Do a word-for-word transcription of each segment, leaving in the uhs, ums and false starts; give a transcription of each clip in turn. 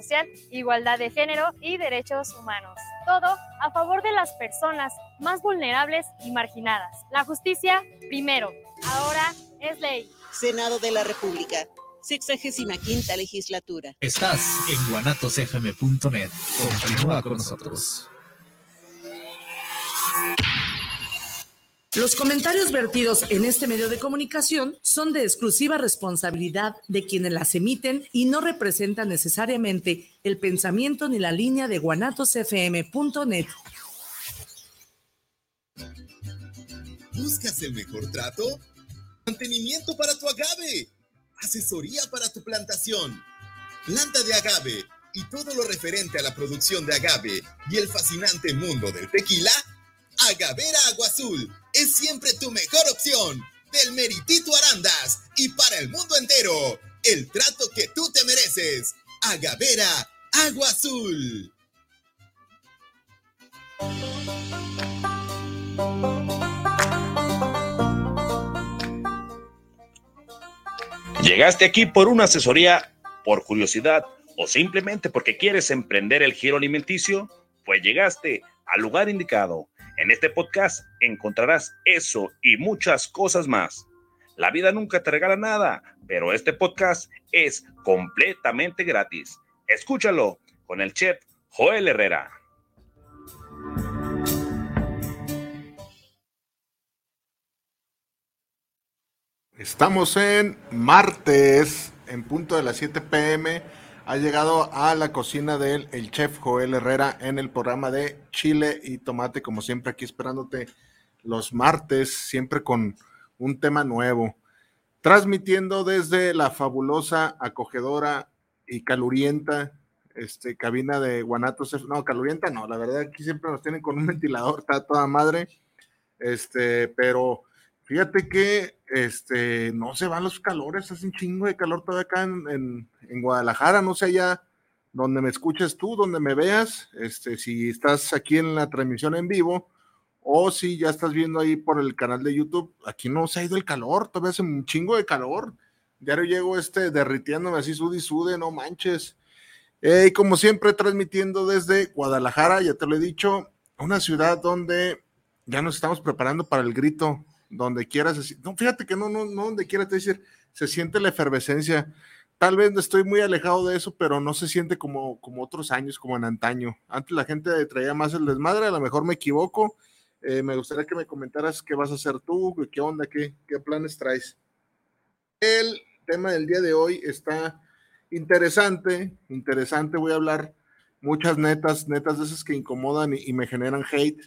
social, igualdad de género y derechos humanos. Todo a favor de las personas más vulnerables y marginadas. La justicia primero, ahora es ley. Senado de la República, sexagésima quinta legislatura. Estás en guanatos f m punto net. Continúa con nosotros. Los comentarios vertidos en este medio de comunicación son de exclusiva responsabilidad de quienes las emiten y no representan necesariamente el pensamiento ni la línea de guanatos f m punto net. ¿Buscas el mejor trato? Mantenimiento para tu agave. Asesoría para tu plantación. Planta de agave y todo lo referente a la producción de agave y el fascinante mundo del tequila. Agavera Agua Azul es siempre tu mejor opción. Del Meritito Arandas y para el mundo entero. El trato que tú te mereces. Agavera Agua Azul. ¿Llegaste aquí por una asesoría, por curiosidad o simplemente porque quieres emprender el giro alimenticio? Pues llegaste al lugar indicado. En este podcast encontrarás eso y muchas cosas más. La vida nunca te regala nada, pero este podcast es completamente gratis. Escúchalo con el chef Joel Herrera. Estamos en martes, en punto de las siete pe eme. Ha llegado a la cocina del el chef Joel Herrera en el programa de Chile y Tomate, como siempre aquí esperándote los martes, siempre con un tema nuevo. Transmitiendo desde la fabulosa, acogedora y calurienta este, cabina de Guanatos. No, calurienta no, la verdad aquí siempre nos tienen con un ventilador, está toda madre. Este, pero fíjate que este, no se van los calores, hace un chingo de calor todavía acá en, en, en Guadalajara, no sé allá donde me escuches tú, donde me veas, este, si estás aquí en la transmisión en vivo o si ya estás viendo ahí por el canal de YouTube, aquí no se ha ido el calor, todavía hace un chingo de calor, diario llego este, derritiéndome así, sude y sude, no manches. Eh, y como siempre transmitiendo desde Guadalajara, ya te lo he dicho, una ciudad donde ya nos estamos preparando para el grito, donde quieras, no, fíjate que no, no, no donde quieras, te decir, se siente la efervescencia, tal vez estoy muy alejado de eso, pero no se siente como, como otros años, como en antaño, antes la gente traía más el desmadre, a lo mejor me equivoco, eh, me gustaría que me comentaras qué vas a hacer tú, qué onda, qué, qué planes traes. El tema del día de hoy está interesante, interesante, voy a hablar muchas netas, netas de esas que incomodan y, y me generan hate,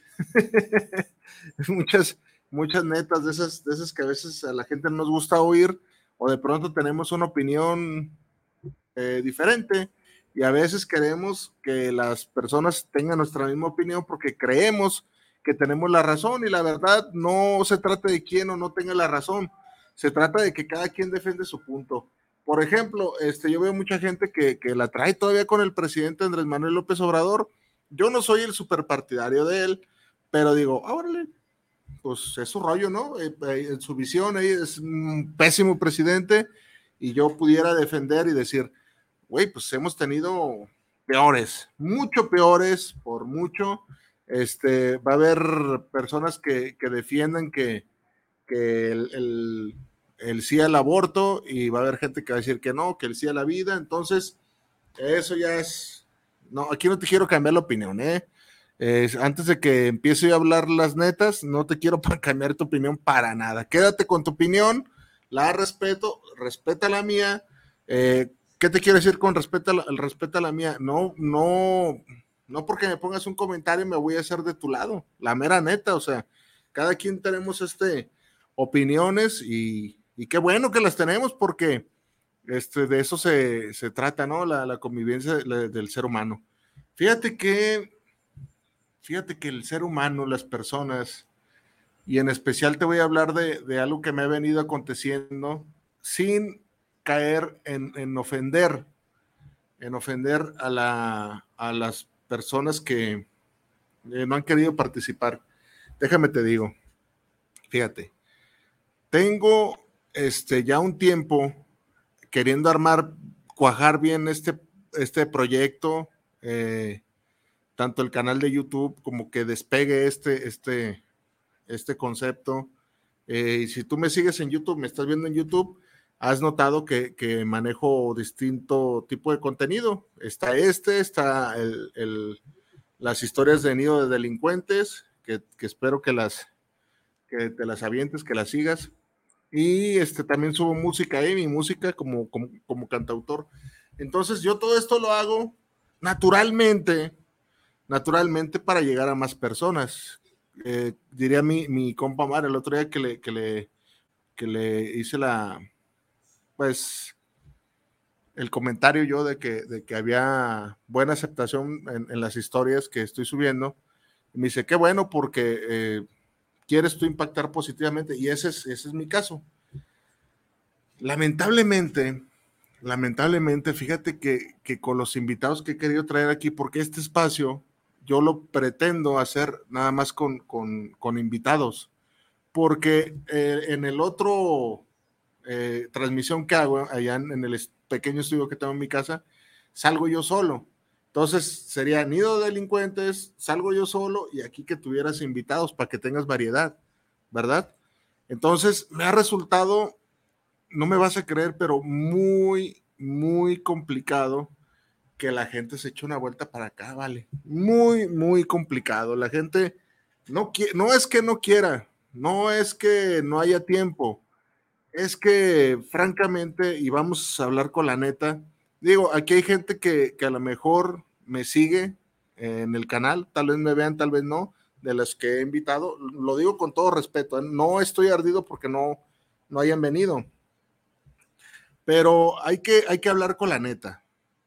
muchas muchas netas de esas, de esas que a veces a la gente no nos gusta oír, o de pronto tenemos una opinión eh, diferente, y a veces queremos que las personas tengan nuestra misma opinión porque creemos que tenemos la razón, y la verdad no se trata de quién o no tenga la razón, se trata de que cada quien defiende su punto. Por ejemplo, este, yo veo mucha gente que, que la trae todavía con el presidente Andrés Manuel López Obrador. Yo no soy el superpartidario de él, pero digo, órale, pues es su rollo, ¿no? Eh, eh, en su visión, eh, es un pésimo presidente, y yo pudiera defender y decir, güey, pues hemos tenido peores, mucho peores, por mucho. Este, va a haber personas que, que defiendan que, que el, el, el sí al aborto, y va a haber gente que va a decir que no, que el sí a la vida. Entonces, eso ya es, no, aquí no te quiero cambiar la opinión, ¿eh? Eh, antes de que empiece a hablar las netas, no te quiero para cambiar tu opinión para nada. Quédate con tu opinión, la respeto, respeta la mía. Eh, ¿Qué te quiero decir con respeta la, respeta la mía? No, no, no porque me pongas un comentario me voy a hacer de tu lado, la mera neta, o sea, cada quien tenemos este, opiniones y, y qué bueno que las tenemos porque este, de eso se, se trata, ¿no? La, la convivencia de, del ser humano. Fíjate que Fíjate que el ser humano, las personas, y en especial te voy a hablar de, de algo que me ha venido aconteciendo sin caer en, en ofender, en ofender a, la, a las personas que eh, no han querido participar. Déjame te digo, fíjate, tengo este, ya un tiempo queriendo armar, cuajar bien este este proyecto, eh, tanto el canal de YouTube como que despegue este, este, este concepto. Eh, y si tú me sigues en YouTube, me estás viendo en YouTube, has notado que, que manejo distinto tipo de contenido. Está este, está el, el, las historias de nido de delincuentes, que, que espero que las que te las avientes, que las sigas. Y este, también subo música ahí, mi música como, como, como cantautor. Entonces yo todo esto lo hago naturalmente, naturalmente para llegar a más personas. Eh, diría mi, mi compa Mar el otro día que le, que le, que le hice la, pues, el comentario yo de que, de que había buena aceptación en, en las historias que estoy subiendo. Y me dice, qué bueno, porque eh, quieres tú impactar positivamente, y ese es, ese es mi caso. Lamentablemente, lamentablemente, fíjate que, que con los invitados que he querido traer aquí, porque este espacio yo lo pretendo hacer nada más con, con, con invitados, porque eh, en el otro eh, transmisión que hago allá en, en el pequeño estudio que tengo en mi casa, salgo yo solo. Entonces sería nido de delincuentes, salgo yo solo, y aquí que tuvieras invitados para que tengas variedad, ¿verdad? Entonces me ha resultado, no me vas a creer, pero muy, muy complicado que la gente se eche una vuelta para acá, vale. Muy, muy complicado. La gente no quiere, no es que no quiera, no es que no haya tiempo, es que francamente, y vamos a hablar con la neta, digo, aquí hay gente que, que a lo mejor me sigue en el canal, tal vez me vean, tal vez no, de los que he invitado, lo digo con todo respeto, ¿eh? No estoy ardido porque no, no hayan venido, pero hay que, hay que hablar con la neta.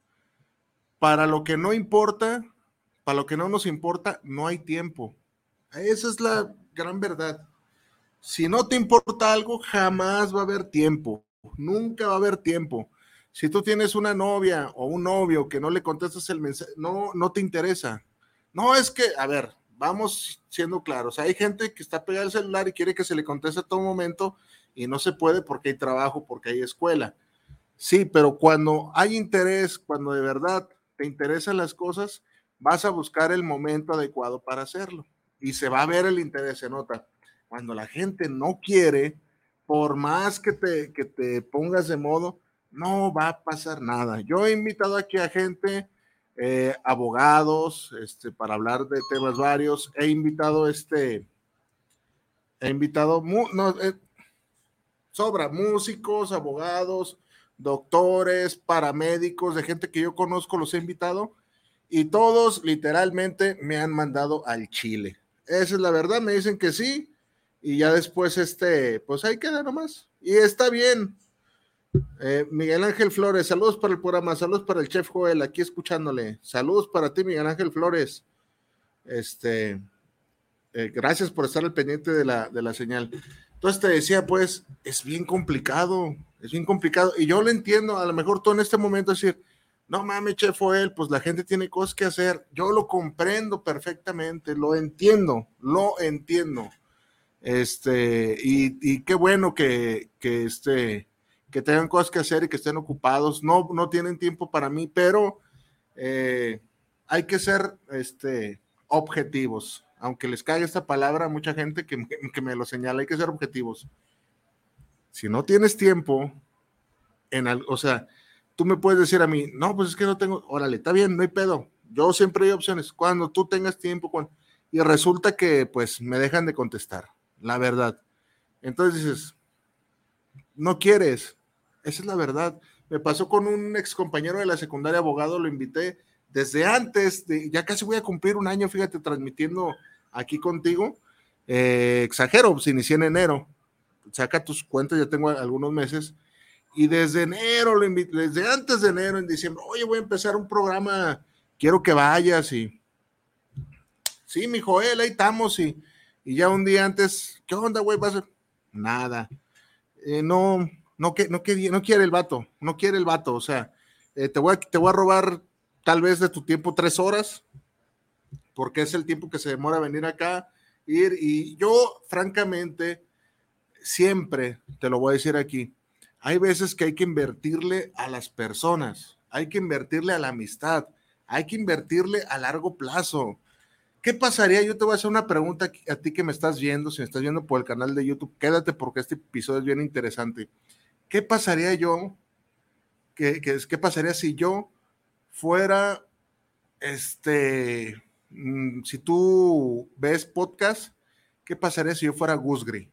Para lo que no importa, para lo que no nos importa, no hay tiempo. Esa es la gran verdad. Si no te importa algo, jamás va a haber tiempo, nunca va a haber tiempo. Si tú tienes una novia o un novio que no le contestas el mensaje, no, no te interesa. No, es que, a ver, vamos siendo claros, hay gente que está pegada al celular y quiere que se le conteste a todo momento y no se puede porque hay trabajo, porque hay escuela. Sí, pero cuando hay interés, cuando de verdad te interesan las cosas, vas a buscar el momento adecuado para hacerlo y se va a ver el interés, se nota. Cuando la gente no quiere, por más que te, que te pongas de modo, no va a pasar nada. Yo he invitado aquí a gente, eh, abogados, este, para hablar de temas varios. He invitado, este, he invitado, mu, no, eh, sobra, músicos, abogados, doctores, paramédicos, de gente que yo conozco, los he invitado y todos literalmente me han mandado al chile. Esa es la verdad, me dicen que sí. Y ya después, este, pues ahí queda nomás. Y está bien. Eh, Miguel Ángel Flores, saludos para el programa, saludos para el chef Joel, aquí escuchándole. Saludos para ti, Miguel Ángel Flores. Este, eh, gracias por estar al pendiente de la, de la señal. Entonces te decía, pues, es bien complicado, es bien complicado. Y yo lo entiendo, a lo mejor tú en este momento decir, no mames, chef Joel, pues la gente tiene cosas que hacer. Yo lo comprendo perfectamente, lo entiendo, lo entiendo. Este, y, y qué bueno que, que, este, que tengan cosas que hacer y que estén ocupados, no, no tienen tiempo para mí, pero eh, hay que ser este, objetivos, aunque les caiga esta palabra a mucha gente que, que me lo señala, hay que ser objetivos. Si no tienes tiempo, en al, o sea, tú me puedes decir a mí, no, pues es que no tengo, órale, está bien, no hay pedo, yo siempre hay opciones, cuando tú tengas tiempo, cuando, y resulta que pues me dejan de contestar. La verdad. Entonces dices, no quieres. Esa es la verdad. Me pasó con un ex compañero de la secundaria, abogado, lo invité desde antes, de, ya casi voy a cumplir un año, fíjate, transmitiendo aquí contigo. Eh, exagero, pues inicié en enero. Saca tus cuentas, ya tengo algunos meses. Y desde enero, lo invité, desde antes de enero, en diciembre, oye, voy a empezar un programa, quiero que vayas. Y sí, mi Joel, ahí estamos. Y Y ya un día antes, ¿qué onda, güey? ¿Vas a...? Nada. Eh, no, no, que, no, que, no quiere el vato, no quiere el vato. O sea, eh, te, voy a, te voy a robar tal vez de tu tiempo tres horas, porque es el tiempo que se demora venir acá, ir. Y yo, francamente, siempre, te lo voy a decir aquí, hay veces que hay que invertirle a las personas. hay que invertirle a la amistad, hay que invertirle a largo plazo. ¿Qué pasaría? Yo te voy a hacer una pregunta a ti que me estás viendo, si me estás viendo por el canal de YouTube, quédate porque este episodio es bien interesante. ¿Qué pasaría yo? ¿Qué, qué, qué pasaría si yo fuera, este, mmm, si tú ves podcast, qué pasaría si yo fuera Gus Gris?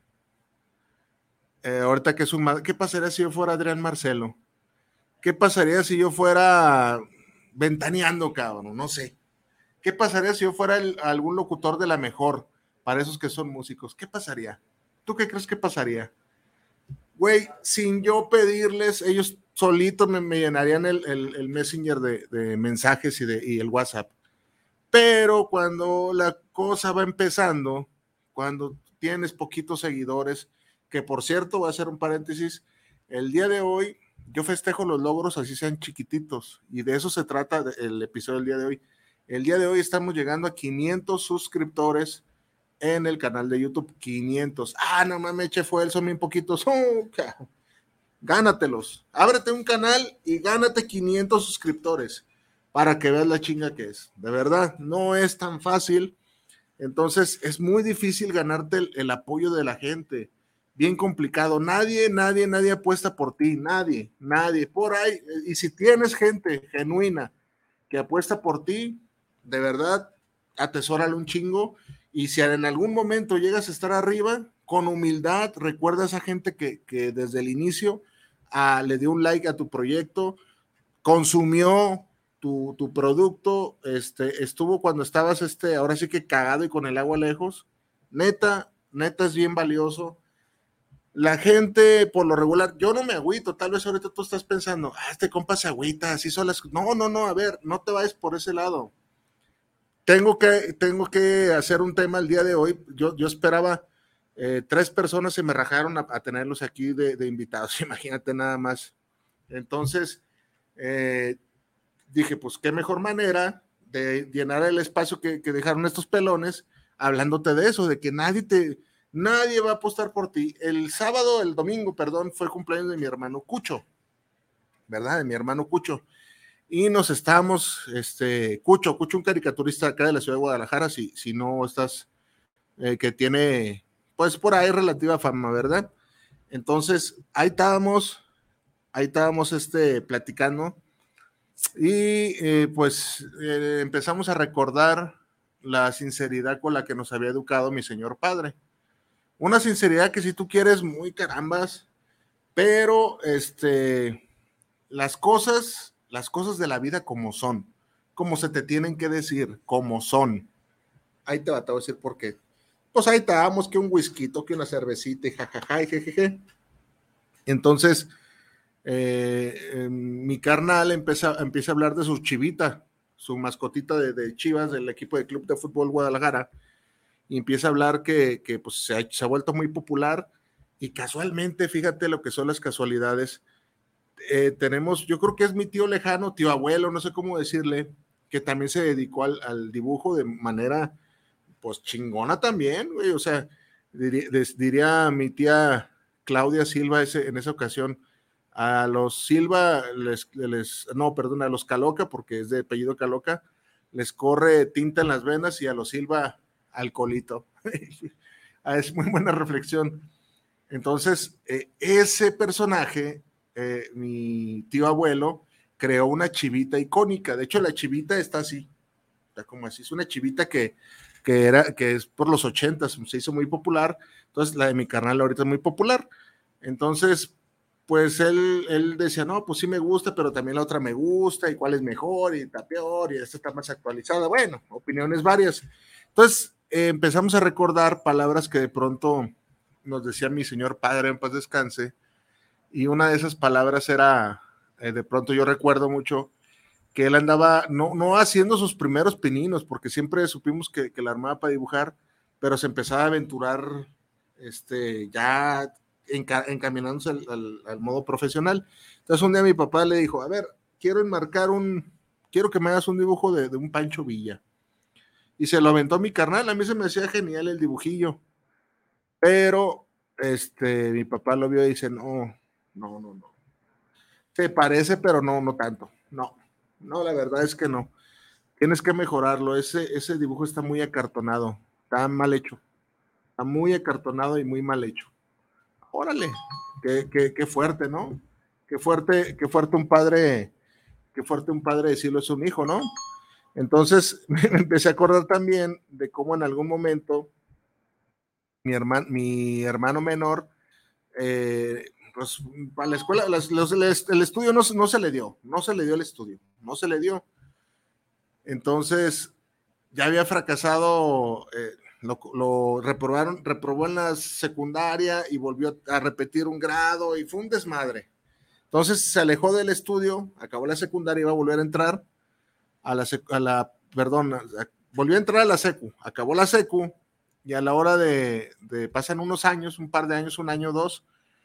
Eh, ahorita que es un, ¿qué pasaría si yo fuera Adrián Marcelo? ¿Qué pasaría si yo fuera Ventaneando, cabrón? No sé. ¿Qué pasaría si yo fuera el, algún locutor de La Mejor para esos que son músicos? ¿Qué pasaría? ¿Tú qué crees que pasaría? Güey, sin yo pedirles, ellos solitos me, me llenarían el, el, el Messenger de, de mensajes y, de, y el WhatsApp. Pero cuando la cosa va empezando, cuando tienes poquitos seguidores, que por cierto, voy a hacer un paréntesis, el día de hoy yo festejo los logros así sean chiquititos, y de eso se trata el episodio del día de hoy. El día de hoy estamos llegando a quinientos suscriptores en el canal de YouTube, quinientos. Ah, no mames, che, fue él, son bien poquitos. Oh, gánatelos, ábrete un canal y gánate quinientos suscriptores para que veas la chinga que es. De verdad, no es tan fácil. Entonces, es muy difícil ganarte el, el apoyo de la gente. Bien complicado. Nadie, nadie, nadie apuesta por ti. Nadie, nadie. Por ahí. Y si tienes gente genuina que apuesta por ti, de verdad, atesórale un chingo. Y si en algún momento llegas a estar arriba, con humildad, recuerda a esa gente que, que desde el inicio ah, le dio un like a tu proyecto, consumió tu, tu producto, este, estuvo cuando estabas, este, ahora sí que cagado y con el agua lejos. Neta, neta es bien valioso. La gente, por lo regular, yo no me agüito, tal vez ahorita tú estás pensando, ah, este compa se agüita, así son las... No, no, no, a ver, no te vayas por ese lado. Tengo que, tengo que hacer un tema el día de hoy. Yo, yo esperaba, eh, tres personas se me rajaron a, a tenerlos aquí de, de invitados, imagínate nada más. Entonces, eh, dije, pues qué mejor manera de llenar el espacio que, que dejaron estos pelones, hablándote de eso, de que nadie te... Nadie va a apostar por ti. El sábado, el domingo, perdón, fue el cumpleaños de mi hermano Cucho, ¿verdad? De mi hermano Cucho. Y nos estábamos, este, Cucho, Cucho, un caricaturista acá de la ciudad de Guadalajara, si, si no estás, eh, que tiene, pues por ahí relativa fama, ¿verdad? Entonces, ahí estábamos, ahí estábamos, este, platicando, y eh, pues eh, empezamos a recordar la sinceridad con la que nos había educado mi señor padre. Una sinceridad que si tú quieres muy carambas, pero este, las cosas, las cosas de la vida como son, como se te tienen que decir, como son. Ahí te va a decir por qué. Pues ahí estábamos, que un whisky, que una cervecita, y jajaja, y jejeje. Entonces, eh, eh, mi carnal empieza, empieza a hablar de su chivita, su mascotita de, de Chivas, del equipo de Club de Fútbol Guadalajara, y empieza a hablar que, que pues, se, ha, se ha vuelto muy popular, y casualmente, fíjate lo que son las casualidades, eh, tenemos, yo creo que es mi tío lejano, tío abuelo, no sé cómo decirle, que también se dedicó al, al dibujo de manera, pues chingona también, güey, o sea, diría, diría mi tía Claudia Silva ese, en esa ocasión, a los Silva, les, les, no, perdón, a los Caloca, porque es de apellido Caloca, les corre tinta en las venas, y a los Silva alcoholito. Es muy buena reflexión. Entonces, eh, ese personaje, eh, mi tío abuelo, creó una chivita icónica. De hecho, la chivita está así, está como así, es una chivita que, que, era, que es por los ochentas, se hizo muy popular. Entonces, la de mi carnal ahorita es muy popular. Entonces, pues él, él decía, no, pues sí me gusta, pero también la otra me gusta, y cuál es mejor, y está peor, y esta está más actualizada. Bueno, opiniones varias. Entonces, eh, empezamos a recordar palabras que de pronto nos decía mi señor padre, en paz descanse, y una de esas palabras era, eh, de pronto yo recuerdo mucho, que él andaba, no, no haciendo sus primeros pininos, porque siempre supimos que, que la armaba para dibujar, pero se empezaba a aventurar, este, ya enca, encaminándose al, al, al modo profesional. Entonces un día mi papá le dijo, a ver, quiero enmarcar un, quiero que me hagas un dibujo de, de un Pancho Villa. Y se lo aventó mi carnal. A mí se me hacía genial el dibujillo, pero este, mi papá lo vio y dice, no, no, no, no. Se parece, pero no, no tanto. no, no, la verdad es que no. Tienes que mejorarlo, ese, ese dibujo está muy acartonado, está mal hecho, está muy acartonado y muy mal hecho. Órale, qué, qué, qué fuerte, ¿no? Qué fuerte, qué fuerte un padre, qué fuerte un padre decirlo es un hijo, ¿no? Entonces me empecé a acordar también de cómo en algún momento mi, herman, mi hermano menor, eh, pues para la escuela, las, los, el estudio no, no se le dio, no se le dio el estudio, no se le dio. Entonces ya había fracasado, eh, lo, lo reprobaron, reprobó en la secundaria y volvió a repetir un grado y fue un desmadre. Entonces se alejó del estudio, acabó la secundaria, iba a volver a entrar a la, a la perdón, a, volvió a entrar a la secu, acabó la secu y a la hora de, de pasan unos años, un par de años, un año o dos,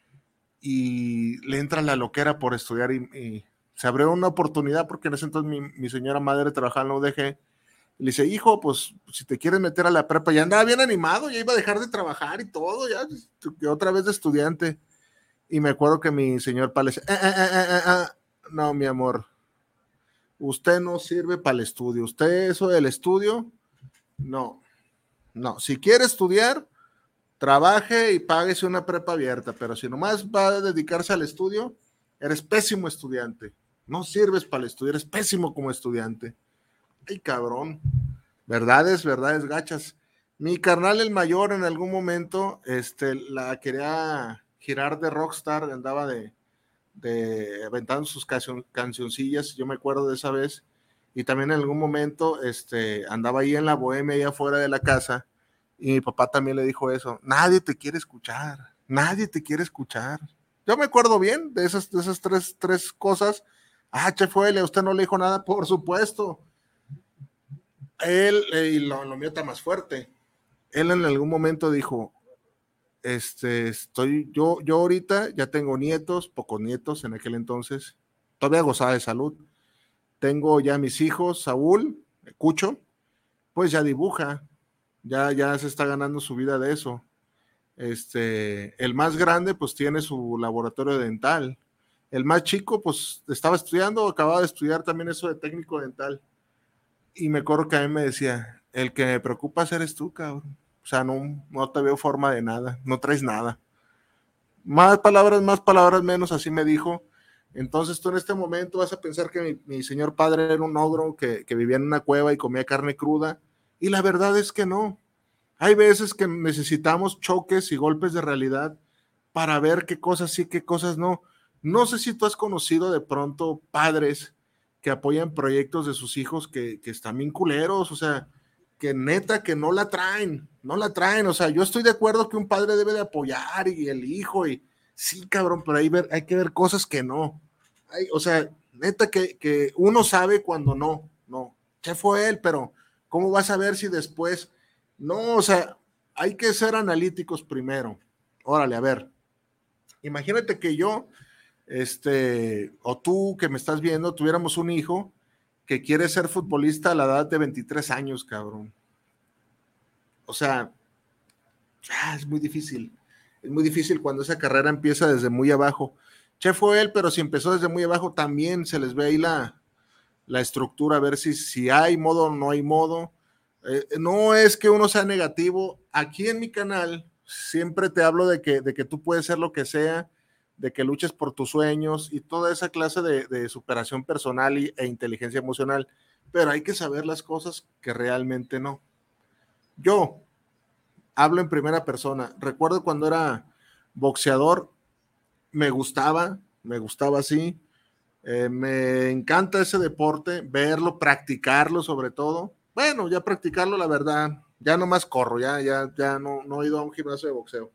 y le entra la loquera por estudiar y, y se abrió una oportunidad porque en ese entonces mi, mi señora madre trabajaba en la U D G. Y le dice, hijo, pues si te quieres meter a la prepa, ya andaba bien animado, ya iba a dejar de trabajar y todo, ya otra vez de estudiante. Y me acuerdo que mi señor padre le dice, eh, eh, eh, eh, eh, no, mi amor, usted no sirve para el estudio, usted eso del estudio, no, no, si quiere estudiar, trabaje y páguese una prepa abierta, pero si nomás va a dedicarse al estudio, eres pésimo estudiante, no sirves para el estudio, eres pésimo como estudiante. Ay, cabrón, verdades, verdades gachas. Mi carnal el mayor en algún momento este, la quería girar de rockstar, andaba de, de aventando sus canción, cancioncillas, yo me acuerdo de esa vez, y también en algún momento este, andaba ahí en la bohemia, ahí afuera de la casa, y mi papá también le dijo eso, nadie te quiere escuchar, nadie te quiere escuchar. Yo me acuerdo bien de esas, de esas tres, tres cosas. Ah, che, fue, usted no le dijo nada, por supuesto. Él, eh, y lo, lo mío está más fuerte, él en algún momento dijo, este, estoy, yo, yo ahorita ya tengo nietos, pocos nietos en aquel entonces, todavía gozaba de salud, tengo ya mis hijos, Saúl, Cucho, pues ya dibuja, ya, ya se está ganando su vida de eso, este, el más grande pues tiene su laboratorio dental, el más chico pues estaba estudiando, acababa de estudiar también eso de técnico dental. Y me acuerdo que a mí me decía, el que me preocupa eres tú, cabrón. O sea, no, no te veo forma de nada, no traes nada. Más palabras, más palabras menos, así me dijo. Entonces tú en este momento vas a pensar que mi, mi señor padre era un ogro que, que vivía en una cueva y comía carne cruda. Y la verdad es que no. Hay veces que necesitamos choques y golpes de realidad para ver qué cosas sí, qué cosas no. No sé si tú has conocido de pronto padres que apoyan proyectos de sus hijos que, que están bien culeros, o sea, que neta que no la traen, no la traen, o sea, yo estoy de acuerdo que un padre debe de apoyar y el hijo, y sí, cabrón, pero hay, ver, hay que ver cosas que no, hay, o sea, neta que, que uno sabe cuando no, no, ¿qué fue él? Pero ¿cómo vas a ver si después, no, o sea, hay que ser analíticos primero, órale, a ver, imagínate que yo, este, o tú que me estás viendo, tuviéramos un hijo que quiere ser futbolista a la edad de veintitrés años, cabrón. O sea, es muy difícil. Es muy difícil cuando esa carrera empieza desde muy abajo. Che fue él, pero si empezó desde muy abajo, también se les ve ahí la, la estructura, a ver si, si hay modo o no hay modo. Eh, no es que uno sea negativo. Aquí en mi canal siempre te hablo de que, de que tú puedes ser lo que sea, de que luches por tus sueños y toda esa clase de, de superación personal y, e inteligencia emocional, pero hay que saber las cosas que realmente no. Yo hablo en primera persona. Recuerdo cuando era boxeador, me gustaba, me gustaba así, eh, me encanta ese deporte, verlo, practicarlo sobre todo. Bueno, ya practicarlo, la verdad, ya nomás corro, ya, ya, ya no, no he ido a un gimnasio de boxeo.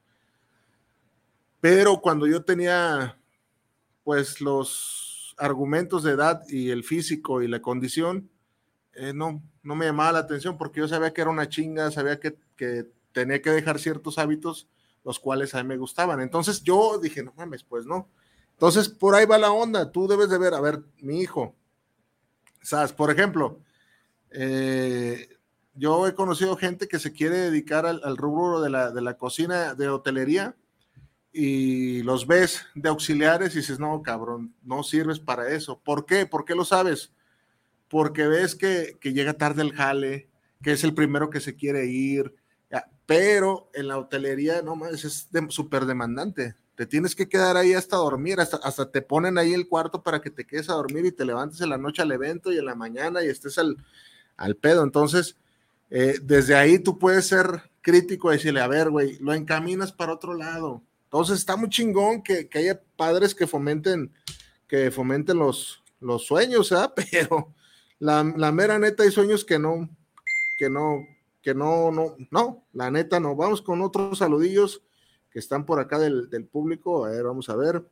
Pero cuando yo tenía pues los argumentos de edad y el físico y la condición, eh, no, no me llamaba la atención porque yo sabía que era una chinga, sabía que, que tenía que dejar ciertos hábitos los cuales a mí me gustaban. Entonces yo dije, no mames, pues no. Entonces por ahí va la onda, tú debes de ver, a ver, mi hijo, ¿sabes? Por ejemplo, eh, yo he conocido gente que se quiere dedicar al, al rubro de la, de la cocina, de hotelería, y los ves de auxiliares y dices, no, cabrón, no sirves para eso. ¿Por qué? ¿Por qué lo sabes? Porque ves que, que llega tarde el jale, que es el primero que se quiere ir, pero en la hotelería, no más, es súper de, demandante. Te tienes que quedar ahí hasta dormir, hasta, hasta te ponen ahí el cuarto para que te quedes a dormir y te levantes en la noche al evento y en la mañana y estés al, al pedo. Entonces, eh, desde ahí tú puedes ser crítico y decirle, a ver, güey, lo encaminas para otro lado. Entonces está muy chingón que, que haya padres que fomenten, que fomenten los, los sueños, ¿eh? Pero la, la mera neta hay sueños que no, que no, que no, no, no, la neta no. Vamos con otros saludillos que están por acá del, del público. A ver, vamos a ver.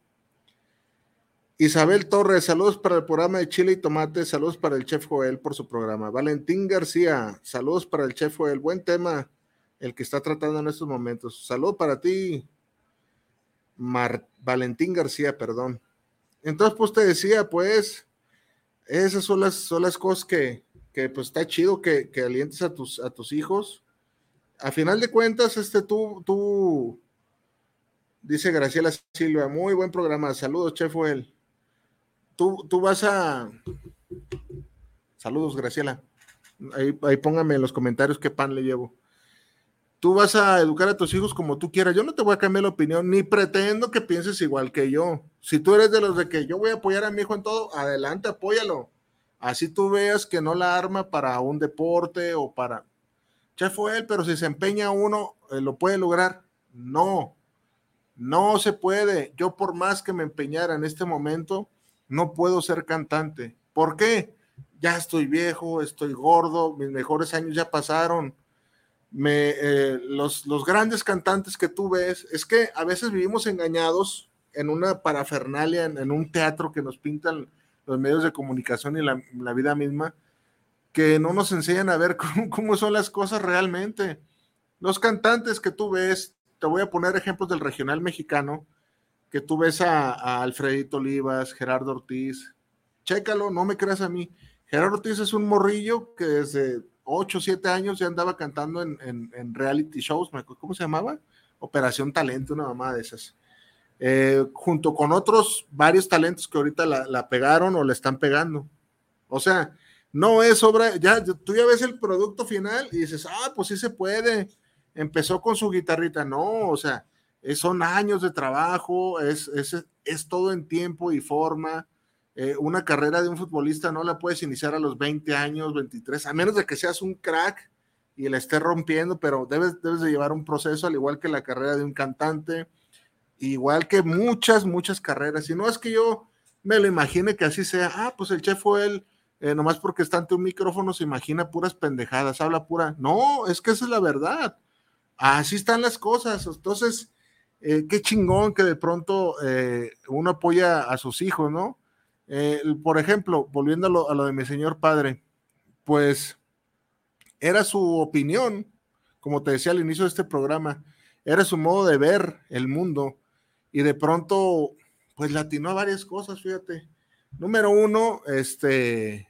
Isabel Torres, saludos para el programa de Chile y Tomate, saludos para el Chef Joel por su programa. Valentín García, saludos para el Chef Joel, buen tema el que está tratando en estos momentos. Saludos para ti, Mar, Valentín García, perdón. Entonces, pues te decía, pues, esas son las, son las cosas que, que pues está chido que, que alientes a tus, a tus hijos. A final de cuentas, este, tú, tú, dice Graciela Silva, muy buen programa, saludos, Chef Joel. Tú, tú vas a... Saludos, Graciela. Ahí, ahí póngame en los comentarios qué pan le llevo. Tú vas a educar a tus hijos como tú quieras. Yo no te voy a cambiar la opinión, ni pretendo que pienses igual que yo. Si tú eres de los de que yo voy a apoyar a mi hijo en todo, adelante, apóyalo. Así tú veas que no la arma para un deporte o para... Ya fue él, pero si se empeña uno, eh, ¿lo puede lograr? No, no se puede. Yo por más que me empeñara en este momento, no puedo ser cantante. ¿Por qué? Ya estoy viejo, estoy gordo, mis mejores años ya pasaron. Me, eh, los, los grandes cantantes que tú ves, es que a veces vivimos engañados en una parafernalia, en, en un teatro que nos pintan los medios de comunicación y la, la vida misma, que no nos enseñan a ver cómo, cómo son las cosas realmente. Los cantantes que tú ves, te voy a poner ejemplos del regional mexicano, que tú ves a, a Alfredito Olivas, Gerardo Ortiz, chécalo, no me creas a mí. Gerardo Ortiz es un morrillo que desde ocho o siete años ya andaba cantando en, en, en reality shows, ¿cómo se llamaba? Operación Talento, una mamá de esas. Eh, junto con otros varios talentos que ahorita la, la pegaron o la están pegando. O sea, no es obra, ya tú ya ves el producto final y dices, ah, pues sí se puede. Empezó con su guitarrita, no, o sea, es, son años de trabajo, es, es, es todo en tiempo y forma. Eh, una carrera de un futbolista no la puedes iniciar a los veinte años, veintitrés, a menos de que seas un crack y la estés rompiendo, pero debes, debes de llevar un proceso, al igual que la carrera de un cantante, igual que muchas, muchas carreras. Y no es que yo me lo imagine que así sea, ah, pues el Chef fue él, eh, nomás porque está ante un micrófono se imagina puras pendejadas, habla pura, no, es que esa es la verdad, así están las cosas. Entonces, eh, qué chingón que de pronto eh, uno apoya a sus hijos, ¿no? Eh, por ejemplo, volviendo a lo, a lo de mi señor padre, pues era su opinión, como te decía al inicio de este programa, era su modo de ver el mundo, y de pronto, pues le atinó a varias cosas, fíjate. Número uno, este,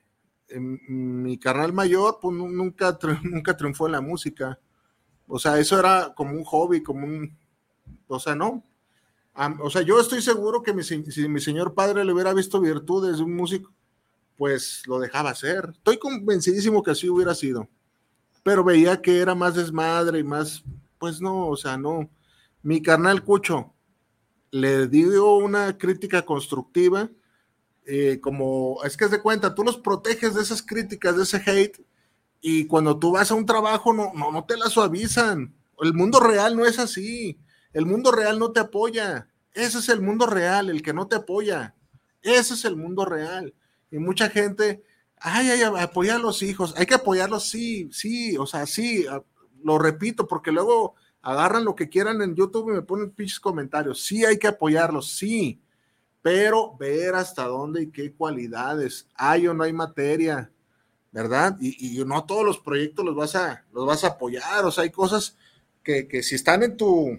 mi carnal mayor, pues nunca, nunca triunfó en la música, o sea, eso era como un hobby, como un, o sea, no. Um, o sea, yo estoy seguro que mi, si mi señor padre le hubiera visto virtudes de un músico, pues lo dejaba hacer. Estoy convencidísimo que así hubiera sido. Pero veía que era más desmadre y más, pues no, o sea, no. Mi carnal Cucho le dio una crítica constructiva, eh, como, es que es de cuenta, tú los proteges de esas críticas, de ese hate, y cuando tú vas a un trabajo no, no, no te la suavizan. El mundo real no es así. El mundo real no te apoya. Ese es el mundo real, el que no te apoya. Ese es el mundo real. Y mucha gente, ay, ay, apoyar a los hijos. Hay que apoyarlos, sí, sí, o sea, sí, lo repito, porque luego agarran lo que quieran en YouTube y me ponen pinches comentarios. Sí, hay que apoyarlos, sí, pero ver hasta dónde y qué cualidades hay o no hay materia, ¿verdad? Y, y no todos los proyectos los vas a, los vas a apoyar. O sea, hay cosas que, que si están en tu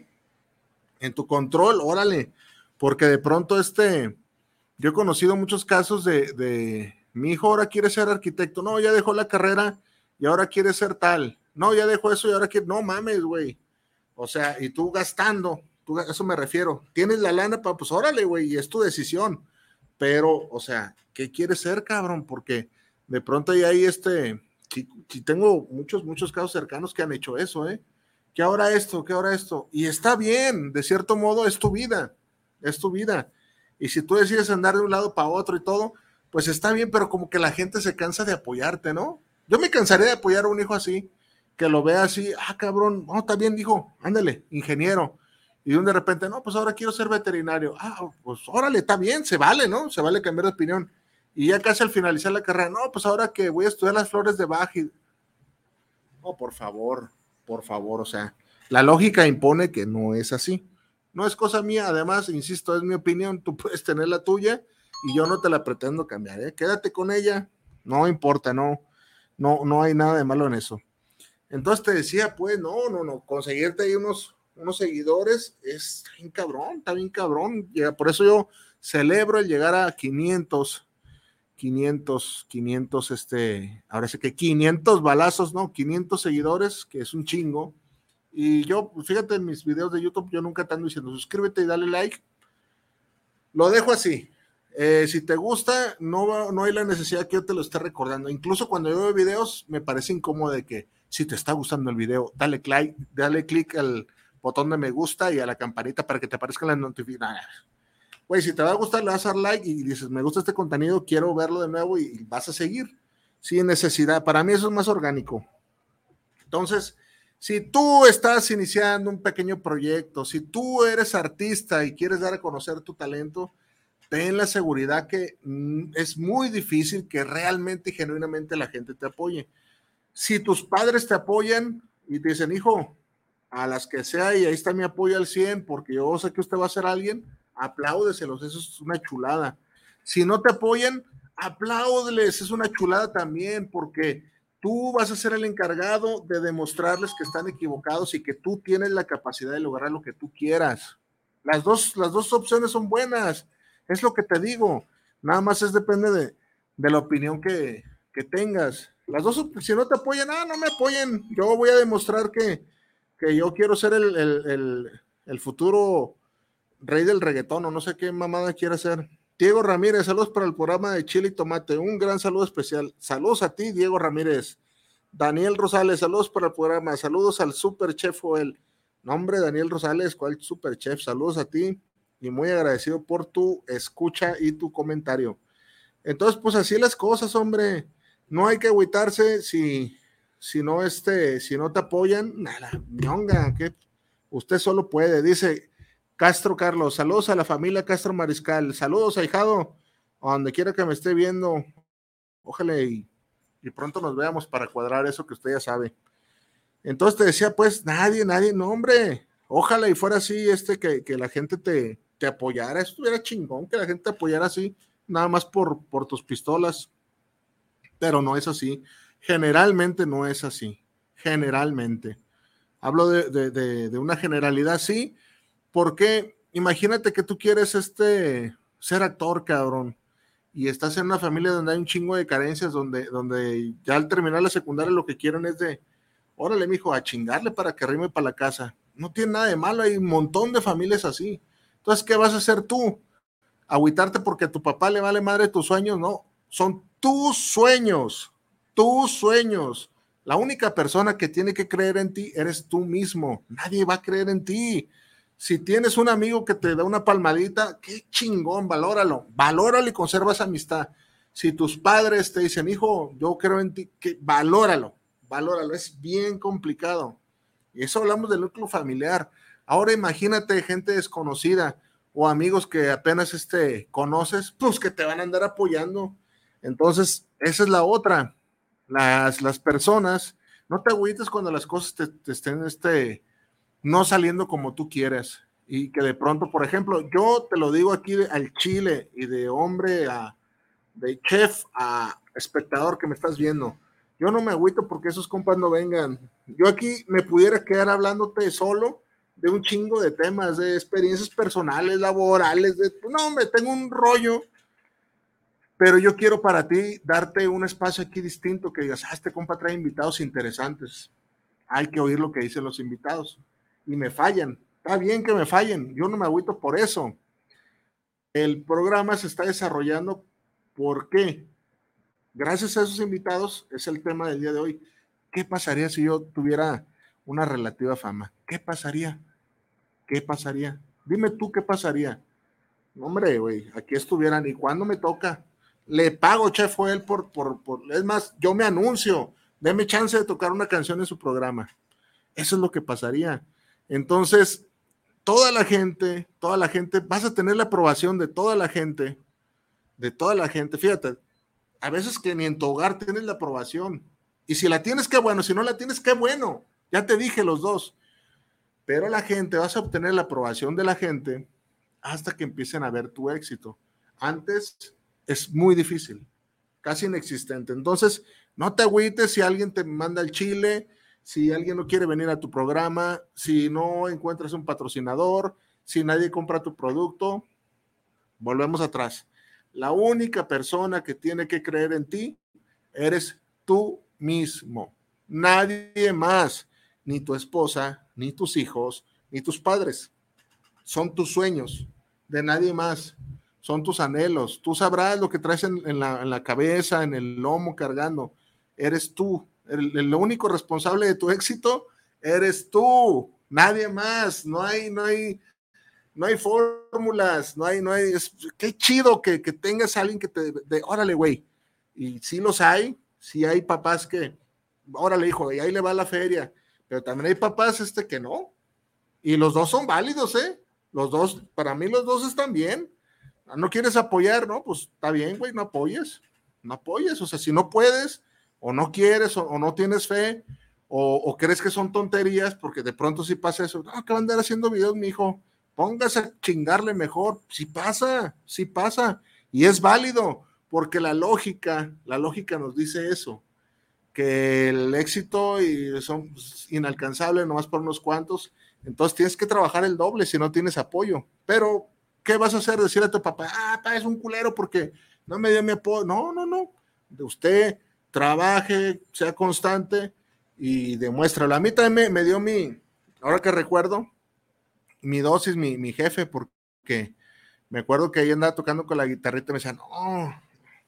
en tu control, órale, porque de pronto este, yo he conocido muchos casos de, de, mi hijo ahora quiere ser arquitecto, no, ya dejó la carrera y ahora quiere ser tal, no, ya dejó eso y ahora quiere, no mames, güey, o sea, y tú gastando, tú, a eso me refiero. Tienes la lana, pa, pues órale, güey, y es tu decisión. Pero, o sea, ¿qué quieres ser, cabrón? Porque de pronto ya hay este, si, si tengo muchos, muchos casos cercanos que han hecho eso, ¿eh? Que ahora esto, que ahora esto. Y está bien, de cierto modo es tu vida, es tu vida. Y si tú decides andar de un lado para otro y todo, pues está bien, pero como que la gente se cansa de apoyarte, ¿no? Yo me cansaría de apoyar a un hijo así, que lo vea así, ah, cabrón, no, está bien, hijo, ándale, ingeniero. Y de repente, no, pues ahora quiero ser veterinario. Ah, pues órale, está bien, se vale, ¿no? Se vale cambiar de opinión. Y ya casi al finalizar la carrera, no, pues ahora que voy a estudiar las flores de Bach. Y... No, por favor, por favor, o sea, la lógica impone que no es así. No es cosa mía, además, insisto, es mi opinión, tú puedes tener la tuya y yo no te la pretendo cambiar, ¿eh? Quédate con ella, no importa, no, no, no hay nada de malo en eso. Entonces te decía, pues, no, no, no, conseguirte ahí unos... unos seguidores, es bien cabrón, está bien cabrón, por eso yo celebro el llegar a quinientos, quinientos, quinientos, este, ahora sí que quinientos balazos, no, quinientos seguidores, que es un chingo, y yo, fíjate en mis videos de YouTube, yo nunca te ando diciendo, suscríbete y dale like, lo dejo así, eh, si te gusta, no, no hay la necesidad que yo te lo esté recordando, incluso cuando yo veo videos, me parece incómodo de que, si te está gustando el video, dale click, dale click al botón de me gusta y a la campanita para que te aparezcan las notificaciones. Güey, si te va a gustar, le vas a dar like y dices, me gusta este contenido, quiero verlo de nuevo y, y vas a seguir. Sin necesidad. Para mí eso es más orgánico. Entonces, si tú estás iniciando un pequeño proyecto, si tú eres artista y quieres dar a conocer tu talento, ten la seguridad que mm, es muy difícil que realmente y genuinamente la gente te apoye. Si tus padres te apoyan y te dicen, hijo, a las que sea, y ahí está mi apoyo al cien, porque yo sé que usted va a ser alguien, apláudeselos, eso es una chulada. Si no te apoyan, apláudeles, es una chulada también, porque tú vas a ser el encargado de demostrarles que están equivocados y que tú tienes la capacidad de lograr lo que tú quieras. Las dos, las dos opciones son buenas, es lo que te digo, nada más es depende de, de la opinión que, que tengas. Las dos, si no te apoyan, ah, no me apoyen, yo voy a demostrar que que yo quiero ser el, el, el, el futuro rey del reggaetón, o no sé qué mamada quiere hacer. Diego Ramírez, saludos para el programa de Chile y Tomate, un gran saludo especial. Saludos a ti, Diego Ramírez. Daniel Rosales, saludos para el programa, saludos al Super Chef Joel. Nombre Daniel Rosales, ¿cuál Super Chef? Saludos a ti y muy agradecido por tu escucha y tu comentario. Entonces, pues así las cosas, hombre. No hay que agüitarse si... Si no, este, si no te apoyan, nada, ñonga, que usted solo puede. Dice Castro Carlos, saludos a la familia Castro Mariscal, saludos, ahijado, a donde quiera que me esté viendo, ojalá y, y pronto nos veamos para cuadrar eso que usted ya sabe. Entonces te decía, pues, nadie, nadie, no, hombre, ojalá y fuera así, este, que, que la gente te, te apoyara, estuviera chingón, que la gente te apoyara así, nada más por, por tus pistolas, pero no es así. Generalmente no es así, generalmente. Hablo de, de, de, de una generalidad, sí, porque imagínate que tú quieres este, ser actor, cabrón, y estás en una familia donde hay un chingo de carencias, donde, donde ya al terminar la secundaria lo que quieren es de, órale, mijo, a chingarle para que rime para la casa. No tiene nada de malo, hay un montón de familias así. Entonces, ¿qué vas a hacer tú? ¿Agüitarte porque a tu papá le vale madre tus sueños? No, son tus sueños. Tus sueños. La única persona que tiene que creer en ti eres tú mismo. Nadie va a creer en ti. Si tienes un amigo que te da una palmadita, qué chingón, valóralo. Valóralo y conserva esa amistad. Si tus padres te dicen, hijo, yo creo en ti, que valóralo. Valóralo. Es bien complicado. Y eso hablamos del núcleo familiar. Ahora imagínate gente desconocida o amigos que apenas este, conoces, pues que te van a andar apoyando. Entonces, esa es la otra. Las, las personas, no te agüites cuando las cosas te, te estén este, no saliendo como tú quieres y que de pronto, por ejemplo, yo te lo digo aquí de, al chile y de hombre a de chef a espectador que me estás viendo, yo no me agüito porque esos compas no vengan. Yo aquí me pudiera quedar hablándote solo de un chingo de temas, de experiencias personales, laborales, de, no hombre, tengo un rollo. Pero yo quiero para ti darte un espacio aquí distinto que digas, ah, este compa trae invitados interesantes. Hay que oír lo que dicen los invitados. Y me fallan. Está bien que me fallen, yo no me agüito por eso. El programa se está desarrollando, ¿por qué? Gracias a esos invitados, es el tema del día de hoy. ¿Qué pasaría si yo tuviera una relativa fama? ¿Qué pasaría? ¿Qué pasaría? Dime tú qué pasaría. Hombre, güey, aquí estuvieran, ¿y cuándo me toca? Le pago, Chef Joel, por, por, por, es más, yo me anuncio, deme chance de tocar una canción en su programa. Eso es lo que pasaría. Entonces, toda la gente, toda la gente, vas a tener la aprobación de toda la gente, de toda la gente, fíjate, a veces que ni en tu hogar tienes la aprobación, y si la tienes, qué bueno, si no la tienes, qué bueno, ya te dije los dos, pero la gente, vas a obtener la aprobación de la gente hasta que empiecen a ver tu éxito. Antes es muy difícil, casi inexistente. Entonces, no te agüites si alguien te manda el chile, si alguien no quiere venir a tu programa, si no encuentras un patrocinador, si nadie compra tu producto. Volvemos atrás. La única persona que tiene que creer en ti eres tú mismo. Nadie más, ni tu esposa, ni tus hijos, ni tus padres. Son tus sueños, de nadie más. Son tus anhelos. Tú sabrás lo que traes en, en, la, en la cabeza, en el lomo cargando. Eres tú. El, el único responsable de tu éxito eres tú. Nadie más. No hay, no hay, no hay fórmulas. No hay, no hay. Es, qué chido que, que tengas a alguien que te, de, órale, güey. Y sí los hay. Sí hay papás que, órale, hijo, y ahí le va la feria. Pero también hay papás este que no. Y los dos son válidos, ¿eh? Los dos, para mí los dos están bien. No quieres apoyar, ¿no? Pues está bien, güey, no apoyes. No apoyes, o sea, si no puedes, o no quieres, o, o no tienes fe, o, o crees que son tonterías, porque de pronto sí pasa eso. No, que van a andar haciendo videos, mi hijo. Póngase a chingarle mejor. Sí pasa, sí pasa. Y es válido, porque la lógica, la lógica nos dice eso, que el éxito y son inalcanzables nomás por unos cuantos. Entonces tienes que trabajar el doble si no tienes apoyo. Pero, ¿qué vas a hacer? Decirle a tu papá, ah, papá, es un culero porque no me dio mi apoyo. No, no, no. De usted trabaje, sea constante y demuéstralo. A mí también me, me dio mi, ahora que recuerdo, mi dosis, mi, mi jefe, porque me acuerdo que ahí andaba tocando con la guitarrita y me decía, no,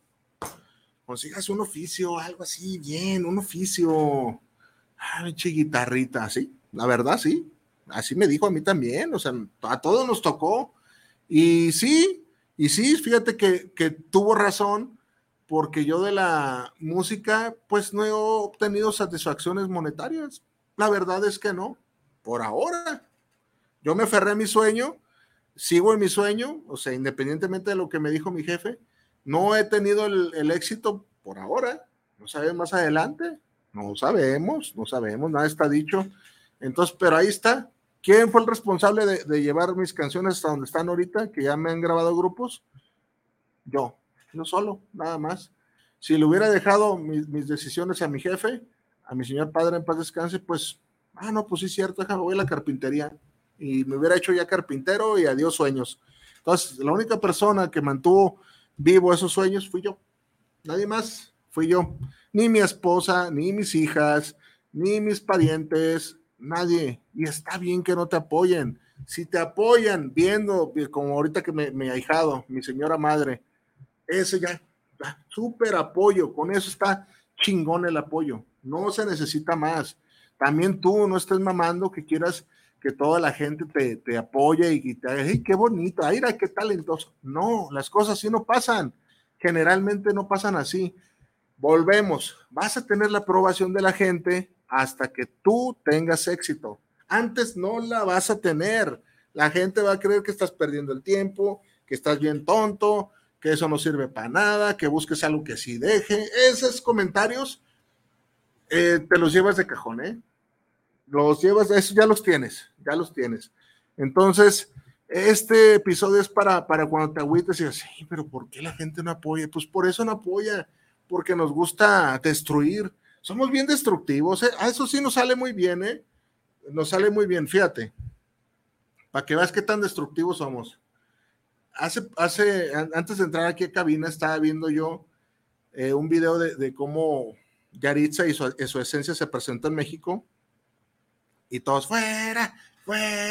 consigas un oficio, algo así, bien, un oficio. Ah, pinche guitarrita, sí, la verdad, sí. Así me dijo a mí también, o sea, a todos nos tocó. Y sí, y sí, fíjate que, que tuvo razón, porque yo de la música, pues no he obtenido satisfacciones monetarias. La verdad es que no, por ahora. Yo me aferré a mi sueño, sigo en mi sueño, o sea, independientemente de lo que me dijo mi jefe, no he tenido el, el éxito por ahora. No sabemos más adelante, no sabemos, no sabemos, nada está dicho. Entonces, pero ahí está. ¿Quién fue el responsable de, de llevar mis canciones hasta donde están ahorita, que ya me han grabado grupos? Yo, yo solo, nada más. Si le hubiera dejado mis, mis decisiones a mi jefe, a mi señor padre en paz descanse, pues, ah, no, pues sí es cierto, déjame, voy a la carpintería. Y me hubiera hecho ya carpintero y adiós sueños. Entonces, la única persona que mantuvo vivo esos sueños fui yo. Nadie más, fui yo. Ni mi esposa, ni mis hijas, ni mis parientes, nadie. Y está bien que no te apoyen. Si te apoyan viendo, como ahorita que me, me ahijado, mi señora madre, ese ya, ya súper apoyo. Con eso está chingón el apoyo. No se necesita más. También tú no estés mamando que quieras que toda la gente te, te apoye y te haga, ¡ay, qué bonito! ¡Ay, qué talentoso! No, las cosas así no pasan. Generalmente no pasan así. Volvemos. Vas a tener la aprobación de la gente hasta que tú tengas éxito. Antes no la vas a tener. La gente va a creer que estás perdiendo el tiempo, que estás bien tonto, que eso no sirve para nada, que busques algo que sí deje. Esos comentarios eh, te los llevas de cajón, ¿eh? Los llevas, eso ya los tienes, ya los tienes. Entonces, este episodio es para, para cuando te agüites y dices, sí, pero ¿por qué la gente no apoya? Pues por eso no apoya, porque nos gusta destruir. Somos bien destructivos, ¿eh? A eso sí nos sale muy bien, ¿eh? Nos sale muy bien, fíjate, para que veas qué tan destructivos somos. Hace, hace, antes de entrar aquí a cabina, estaba viendo yo eh, un video de, de cómo Yaritza y su, su esencia se presentó en México. Y todos, fuera, fuera,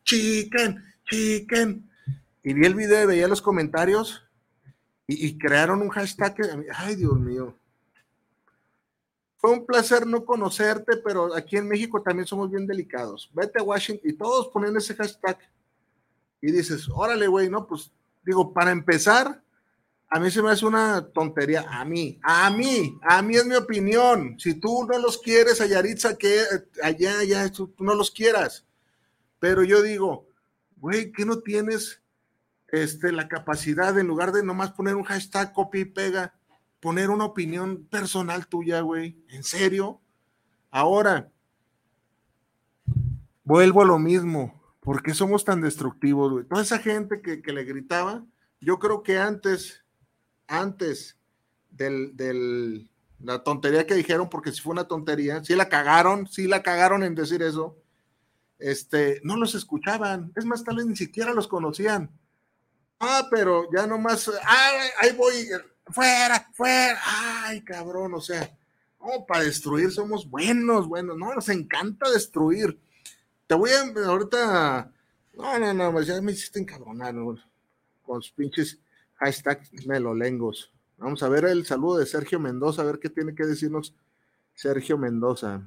chicken, chicken. Y vi el video y veía los comentarios y, y crearon un hashtag. Que, ay, Dios mío. Fue un placer no conocerte, pero aquí en México también somos bien delicados. Vete a Washington y todos ponen ese hashtag. Y dices, órale, güey, no, pues, digo, para empezar, a mí se me hace una tontería. A mí, a mí, a mí es mi opinión. Si tú no los quieres, a Yaritza, que allá, allá, tú, tú no los quieras. Pero yo digo, güey, ¿qué no tienes este, la capacidad, en lugar de nomás poner un hashtag, copia y pega, poner una opinión personal tuya, güey? ¿En serio? Ahora, vuelvo a lo mismo. ¿Por qué somos tan destructivos, güey? Toda esa gente que, que le gritaba, yo creo que antes, antes del, del, la tontería que dijeron, porque si fue una tontería, sí la cagaron, sí la cagaron en decir eso, este, no los escuchaban, es más, tal vez ni siquiera los conocían. Ah, pero ya nomás, ay, ahí voy, fuera, fuera, ay, cabrón, o sea, no, para destruir somos buenos, buenos, no, nos encanta destruir. Te voy a, ahorita, no, no, no, ya me hiciste encabronar, ¿no? Con los pinches hashtags melolengos. Vamos a ver el saludo de Sergio Mendoza, a ver qué tiene que decirnos Sergio Mendoza.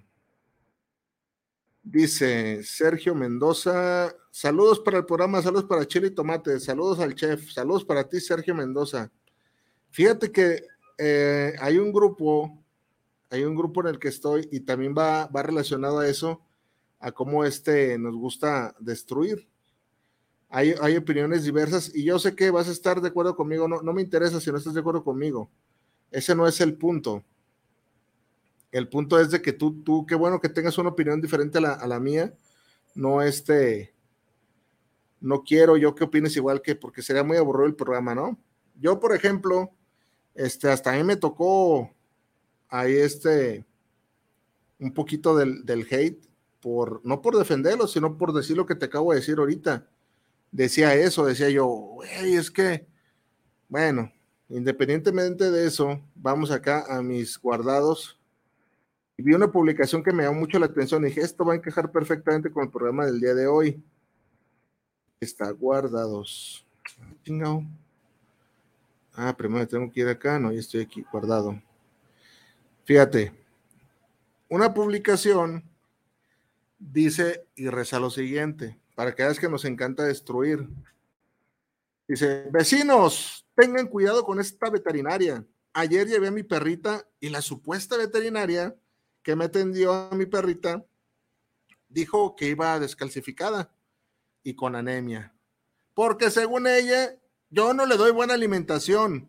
Dice Sergio Mendoza, saludos para el programa, saludos para Chile y Tomate, saludos al chef, saludos para ti, Sergio Mendoza. Fíjate que eh, hay un grupo, hay un grupo en el que estoy y también va, va relacionado a eso, a cómo este nos gusta destruir. Hay, hay opiniones diversas y yo sé que vas a estar de acuerdo conmigo, no, no me interesa si no estás de acuerdo conmigo, ese no es el punto. El punto es de que tú, tú, qué bueno que tengas una opinión diferente a la, a la mía, no este, no quiero yo que opines igual, que porque sería muy aburrido el programa, ¿no? Yo, por ejemplo, este, hasta a mí me tocó ahí este, un poquito del, del hate, por, no por defenderlo, sino por decir lo que te acabo de decir ahorita. Decía eso, decía yo, güey, es que, bueno, independientemente de eso, vamos acá a mis guardados. Y vi una publicación que me llamó mucho la atención y dije, esto va a encajar perfectamente con el programa del día de hoy. Está guardados. Chingao. Ah, primero tengo que ir acá, no, ya estoy aquí guardado. Fíjate, una publicación dice y reza lo siguiente, para que veas que nos encanta destruir. Dice, vecinos, tengan cuidado con esta veterinaria. Ayer llevé a mi perrita y la supuesta veterinaria que me atendió a mi perrita dijo que iba descalcificada y con anemia, porque según ella yo no le doy buena alimentación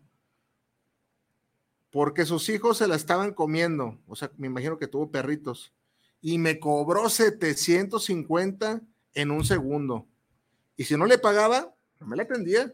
porque sus hijos se la estaban comiendo, o sea, me imagino que tuvo perritos, y me cobró setecientos cincuenta en un segundo, y si no le pagaba, no me la atendía.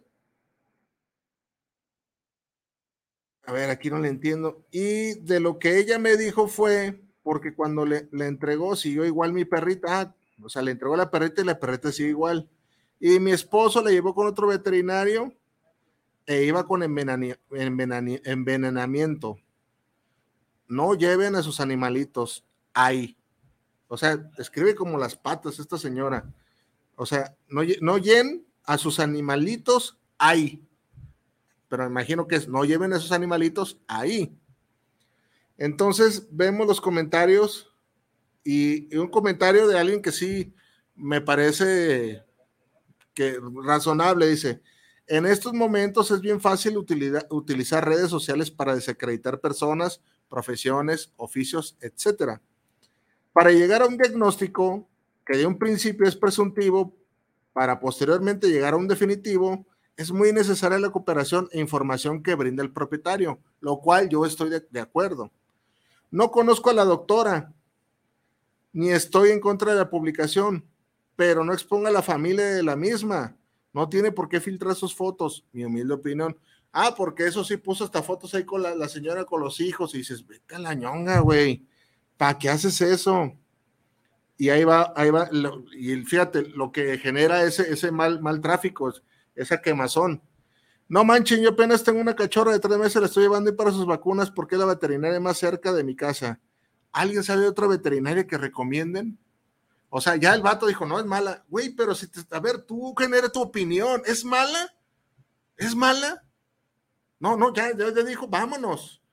A ver, aquí no le entiendo. Y de lo que ella me dijo fue, porque cuando le, le entregó, siguió igual mi perrita, ah, o sea, le entregó la perrita y la perrita sigue igual. Y mi esposo la llevó con otro veterinario e iba con envenani, envenani, envenenamiento. No lleven a sus animalitos ahí. O sea, escribe como las patas esta señora. O sea, no, no lleven a sus animalitos ahí. Pero me imagino que es, no lleven a esos animalitos ahí. Entonces vemos los comentarios y, y un comentario de alguien que sí me parece que razonable, dice, en estos momentos es bien fácil utilizar, utilizar redes sociales para desacreditar personas, profesiones, oficios, etcétera. Para llegar a un diagnóstico que de un principio es presuntivo, para posteriormente llegar a un definitivo, es muy necesaria la cooperación e información que brinda el propietario, lo cual yo estoy de, de acuerdo. No conozco a la doctora, ni estoy en contra de la publicación, pero no exponga a la familia de la misma. No tiene por qué filtrar sus fotos, mi humilde opinión. Ah, porque eso sí puso hasta fotos ahí con la, la señora con los hijos y dices, vete a la ñonga, güey, ¿para qué haces eso? Y ahí va, ahí va, lo, y fíjate, lo que genera ese, ese mal, mal tráfico, esa quemazón. No manchen, yo apenas tengo una cachorra de tres meses, la estoy llevando para sus vacunas porque es la veterinaria más cerca de mi casa. ¿Alguien sabe de otra veterinaria que recomienden? O sea, ya el vato dijo, no, es mala. Güey, pero si, te, a ver, tú genera tu opinión. ¿Es mala? ¿Es mala? No, no, ya, ya, ya dijo, vámonos.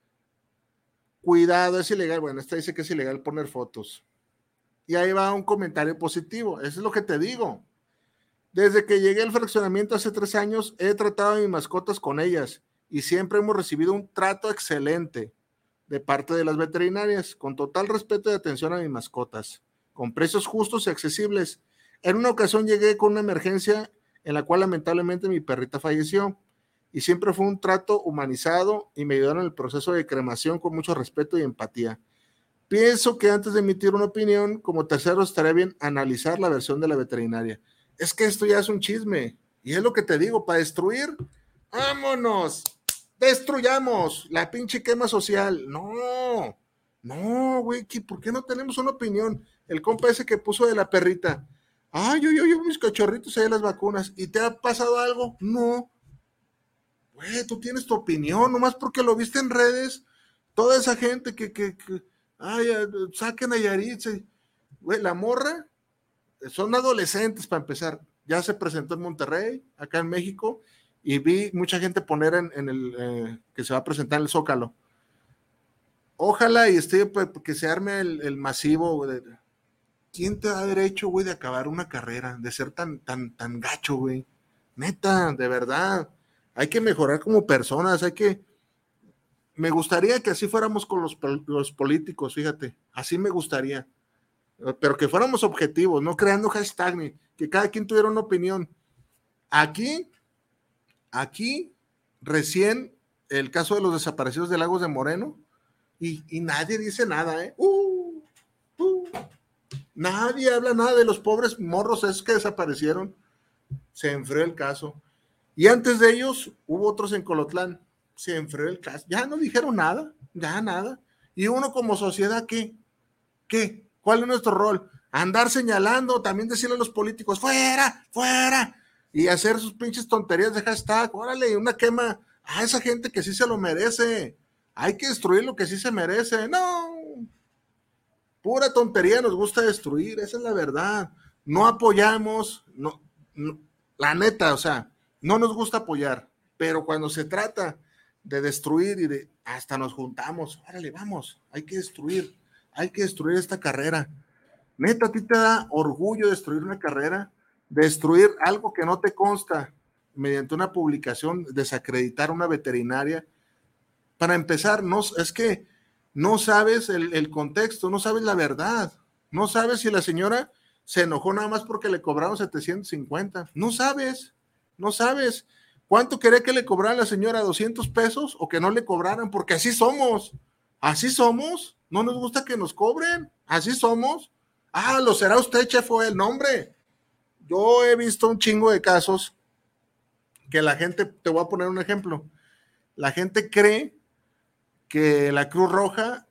Cuidado, es ilegal. Bueno, esta dice que es ilegal poner fotos. Y ahí va un comentario positivo. Eso es lo que te digo. Desde que llegué al fraccionamiento hace tres años, he tratado a mis mascotas con ellas y siempre hemos recibido un trato excelente de parte de las veterinarias, con total respeto y atención a mis mascotas, con precios justos y accesibles. En una ocasión llegué con una emergencia en la cual lamentablemente mi perrita falleció y siempre fue un trato humanizado y me ayudaron en el proceso de cremación con mucho respeto y empatía. Pienso que antes de emitir una opinión, como tercero estaría bien analizar la versión de la veterinaria. Es que esto ya es un chisme y es lo que te digo, para destruir, vámonos, destruyamos la pinche quema social. No, no, güey, ¿por qué no tenemos una opinión? El compa ese que puso de la perrita, ay, yo, yo, yo, mis cachorritos ahí las vacunas, ¿y te ha pasado algo? No, güey, tú tienes tu opinión, nomás porque lo viste en redes, toda esa gente que, que, que ay, saquen a Yaritza, güey, la morra, son adolescentes para empezar, ya se presentó en Monterrey, acá en México, y vi mucha gente poner en, en el, eh, que se va a presentar en el Zócalo. Ojalá y esté, pues, que se arme el, el masivo. De, ¿quién te da derecho, güey, de acabar una carrera, de ser tan, tan, tan gacho, güey? Neta, de verdad, hay que mejorar como personas, hay que, me gustaría que así fuéramos con los, los políticos, fíjate, así me gustaría, pero que fuéramos objetivos, no creando hashtag, ni que cada quien tuviera una opinión. Aquí, aquí, recién, el caso de los desaparecidos de Lagos de Moreno, y, y nadie dice nada, ¿eh? Uh, uh, nadie habla nada de los pobres morros esos que desaparecieron. Se enfrió el caso. Y antes de ellos, hubo otros en Colotlán. Se enfrió el caso. Ya no dijeron nada, ya nada. Y uno como sociedad, ¿qué? ¿Qué? ¿Cuál es nuestro rol? Andar señalando, también decirle a los políticos, fuera, fuera, y hacer sus pinches tonterías de hashtag, órale, una quema a esa gente que sí se lo merece. Hay que destruir lo que sí se merece. No, pura tontería nos gusta destruir, esa es la verdad. No apoyamos, no, no, la neta, o sea, no nos gusta apoyar, pero cuando se trata de destruir y de, hasta nos juntamos, órale, vamos, hay que destruir, hay que destruir esta carrera. Neta, ¿a ti te da orgullo destruir una carrera? Destruir algo que no te consta mediante una publicación, desacreditar una veterinaria. Para empezar, no, es que no sabes el, el contexto, no sabes la verdad, no sabes si la señora se enojó nada más porque le cobraron setecientos cincuenta, no sabes, no sabes cuánto quería que le cobraran a la señora, doscientos pesos, o que no le cobraran, porque así somos, así somos, no nos gusta que nos cobren, así somos. Ah, lo será usted, chef, o el nombre. Yo he visto un chingo de casos que la gente, te voy a poner un ejemplo, la gente cree que la Cruz Roja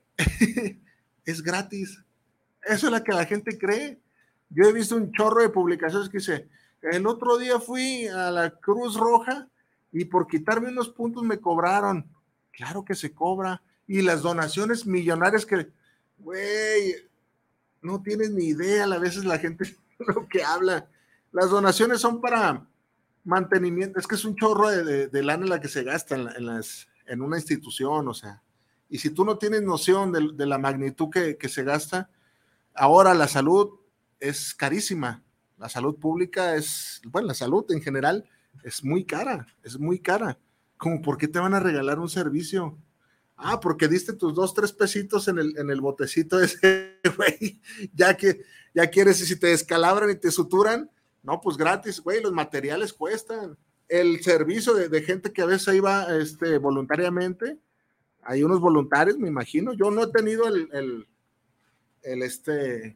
es gratis. Eso es lo que la gente cree. Yo he visto un chorro de publicaciones que dice, el otro día fui a la Cruz Roja y por quitarme unos puntos me cobraron. Claro que se cobra. Y las donaciones millonarias que, güey, no tienes ni idea a veces la gente lo que habla. Las donaciones son para mantenimiento. Es que es un chorro de, de, de lana la que se gasta en, la, en, las, en una institución, o sea. Y si tú no tienes noción de, de la magnitud que, que se gasta, ahora la salud es carísima. La salud pública es, bueno, la salud en general es muy cara, es muy cara. Como, ¿por qué te van a regalar un servicio? Ah, porque diste tus dos, tres pesitos en el, en el botecito ese, güey, ya que, ya quieres, y si te descalabran y te suturan, no, pues gratis, güey, los materiales cuestan. El servicio de, de gente que a veces iba este, voluntariamente, hay unos voluntarios, me imagino. Yo no he tenido el, el, el este,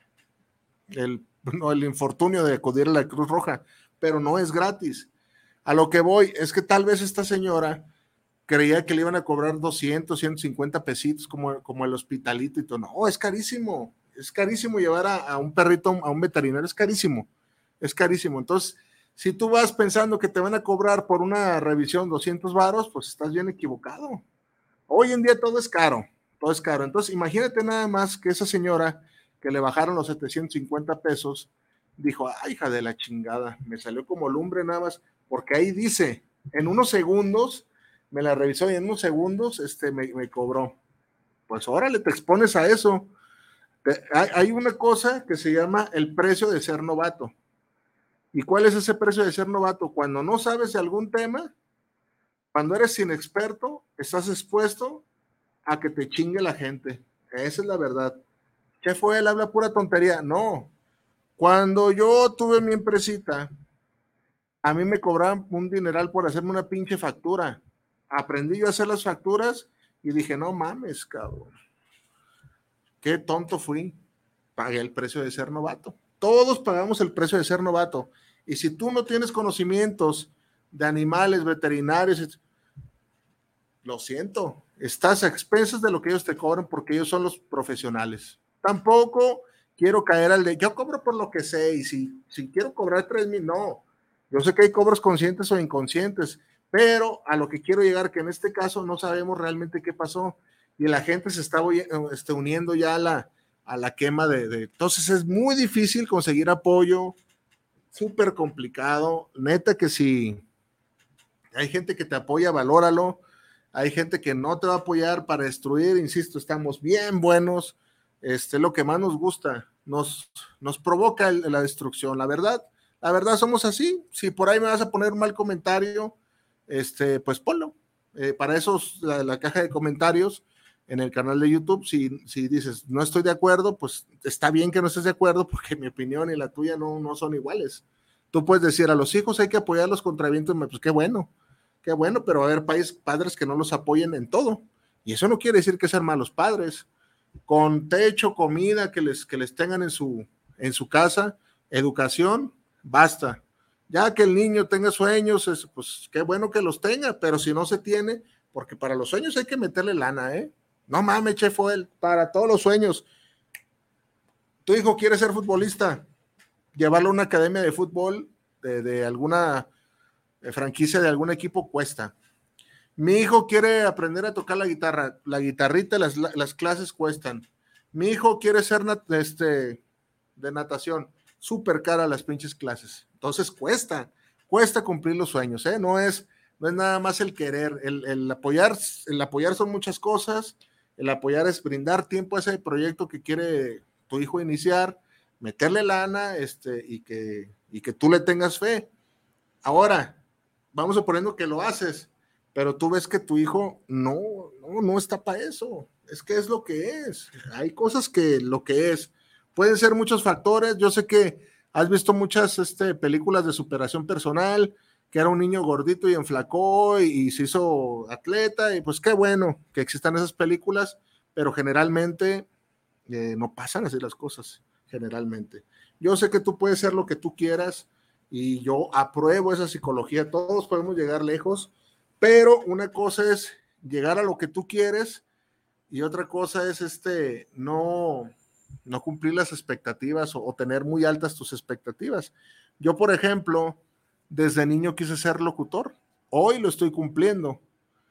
el, no, el infortunio de acudir a la Cruz Roja, pero no es gratis. A lo que voy es que tal vez esta señora creía que le iban a cobrar doscientos, ciento cincuenta pesitos como, como el hospitalito y todo. No, es carísimo, es carísimo llevar a, a un perrito, a un veterinario, es carísimo, es carísimo. Entonces, si tú vas pensando que te van a cobrar por una revisión doscientos varos, pues estás bien equivocado. Hoy en día todo es caro, todo es caro. Entonces, imagínate nada más que esa señora que le bajaron los setecientos cincuenta pesos, dijo, ay, hija de la chingada, me salió como lumbre nada más, porque ahí dice, en unos segundos, me la revisó y en unos segundos este, me, me cobró. Pues órale, te expones a eso. Te, hay, hay una cosa que se llama el precio de ser novato. ¿Y cuál es ese precio de ser novato? Cuando no sabes de algún tema, cuando eres inexperto, estás expuesto a que te chingue la gente. Esa es la verdad. ¿Qué fue? Él habla pura tontería. No. Cuando yo tuve mi empresita, a mí me cobraban un dineral por hacerme una pinche factura. Aprendí yo a hacer las facturas y dije, no mames, cabrón. Qué tonto fui. Pagué el precio de ser novato. Todos pagamos el precio de ser novato. Y si tú no tienes conocimientos de animales, veterinarios, lo siento, estás a expensas de lo que ellos te cobran porque ellos son los profesionales. Tampoco quiero caer al de, yo cobro por lo que sé y si, si quiero cobrar tres mil, no. Yo sé que hay cobros conscientes o inconscientes, pero a lo que quiero llegar, que en este caso no sabemos realmente qué pasó y la gente se está este, uniendo ya a la, a la quema de, de... Entonces es muy difícil conseguir apoyo, súper complicado. Neta que si hay gente que te apoya, valóralo. Hay gente que no te va a apoyar para destruir, insisto, estamos bien buenos. Este, lo que más nos gusta, nos, nos provoca el, la destrucción, la verdad, la verdad somos así. Si por ahí me vas a poner un mal comentario, este, pues ponlo, eh, para eso la, la caja de comentarios en el canal de YouTube, si, si dices no estoy de acuerdo, pues está bien que no estés de acuerdo porque mi opinión y la tuya no, no son iguales. Tú puedes decir a los hijos hay que apoyarlos contra viento, pues qué bueno, qué bueno, pero va a haber país, padres que no los apoyen en todo, y eso no quiere decir que sean malos padres. Con techo, comida, que les, que les tengan en su, en su casa, educación, basta. Ya que el niño tenga sueños, es, pues qué bueno que los tenga, pero si no se tiene, porque para los sueños hay que meterle lana, ¿eh? No mames, che, fue él, para todos los sueños. Tu hijo quiere ser futbolista, llevarlo a una academia de fútbol, de, de alguna de franquicia de algún equipo, cuesta. Mi hijo quiere aprender a tocar la guitarra, la guitarrita, las, las clases cuestan. Mi hijo quiere ser nat, este, de natación, súper cara las pinches clases. Entonces cuesta, cuesta cumplir los sueños, ¿eh? No es, no es nada más el querer, el, el apoyar, el apoyar son muchas cosas, el apoyar es brindar tiempo a ese proyecto que quiere tu hijo iniciar, meterle lana, este, y que, y que tú le tengas fe. Ahora, vamos suponiendo que lo haces, pero tú ves que tu hijo no, no, no está para eso. Es que es lo que es. Hay cosas que lo que es. Pueden ser muchos factores. Yo sé que has visto muchas este, películas de superación personal, que era un niño gordito y enflacó y, y se hizo atleta, y pues qué bueno que existan esas películas, pero generalmente eh, no pasan así las cosas, generalmente. Yo sé que tú puedes ser lo que tú quieras y yo apruebo esa psicología. Todos podemos llegar lejos, pero una cosa es llegar a lo que tú quieres y otra cosa es este, no, no cumplir las expectativas o, o tener muy altas tus expectativas. Yo, por ejemplo, desde niño quise ser locutor. Hoy lo estoy cumpliendo.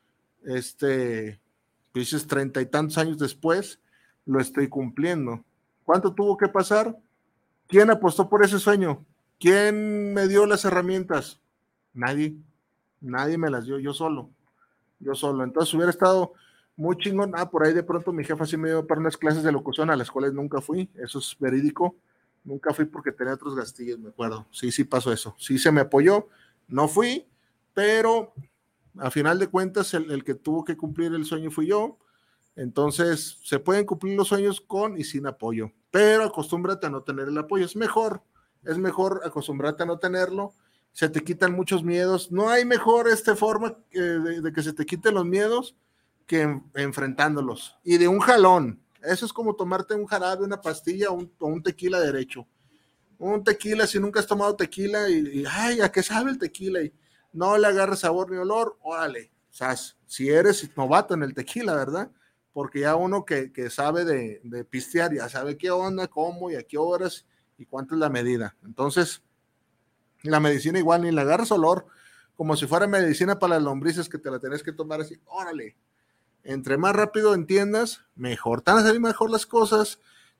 Este, dices treinta y tantos años después, lo estoy cumpliendo. ¿Cuánto tuvo que pasar? ¿Quién apostó por ese sueño? ¿Quién me dio las herramientas? Nadie. Nadie me las dio, yo solo, yo solo. Entonces hubiera estado muy chingón. Ah, por ahí de pronto mi jefa sí me dio para unas clases de locución a las cuales nunca fui, eso es verídico, nunca fui porque tenía otros gastillos, me acuerdo. Sí, sí pasó eso, sí se me apoyó, no fui, pero a final de cuentas el, el que tuvo que cumplir el sueño fui yo. Entonces se pueden cumplir los sueños con y sin apoyo, pero acostúmbrate a no tener el apoyo, es mejor, es mejor acostumbrarte a no tenerlo. Se te quitan muchos miedos. No hay mejor este forma eh, de, de que se te quiten los miedos que en, enfrentándolos. Y de un jalón. Eso es como tomarte un jarabe, una pastilla o un, o un tequila derecho. Un tequila, si nunca has tomado tequila y, y ay, ¿a qué sabe el tequila? Y no le agarras sabor ni olor, órale. O sea, si eres novato en el tequila, ¿verdad? Porque ya uno que, que sabe de, de pistear, ya sabe qué onda, cómo y a qué horas y cuánto es la medida. Entonces, la medicina igual, ni le agarras olor, como si fuera medicina para las lombrices que te la tenés que tomar así, órale, entre más rápido entiendas, mejor, te van a salir mejor las cosas,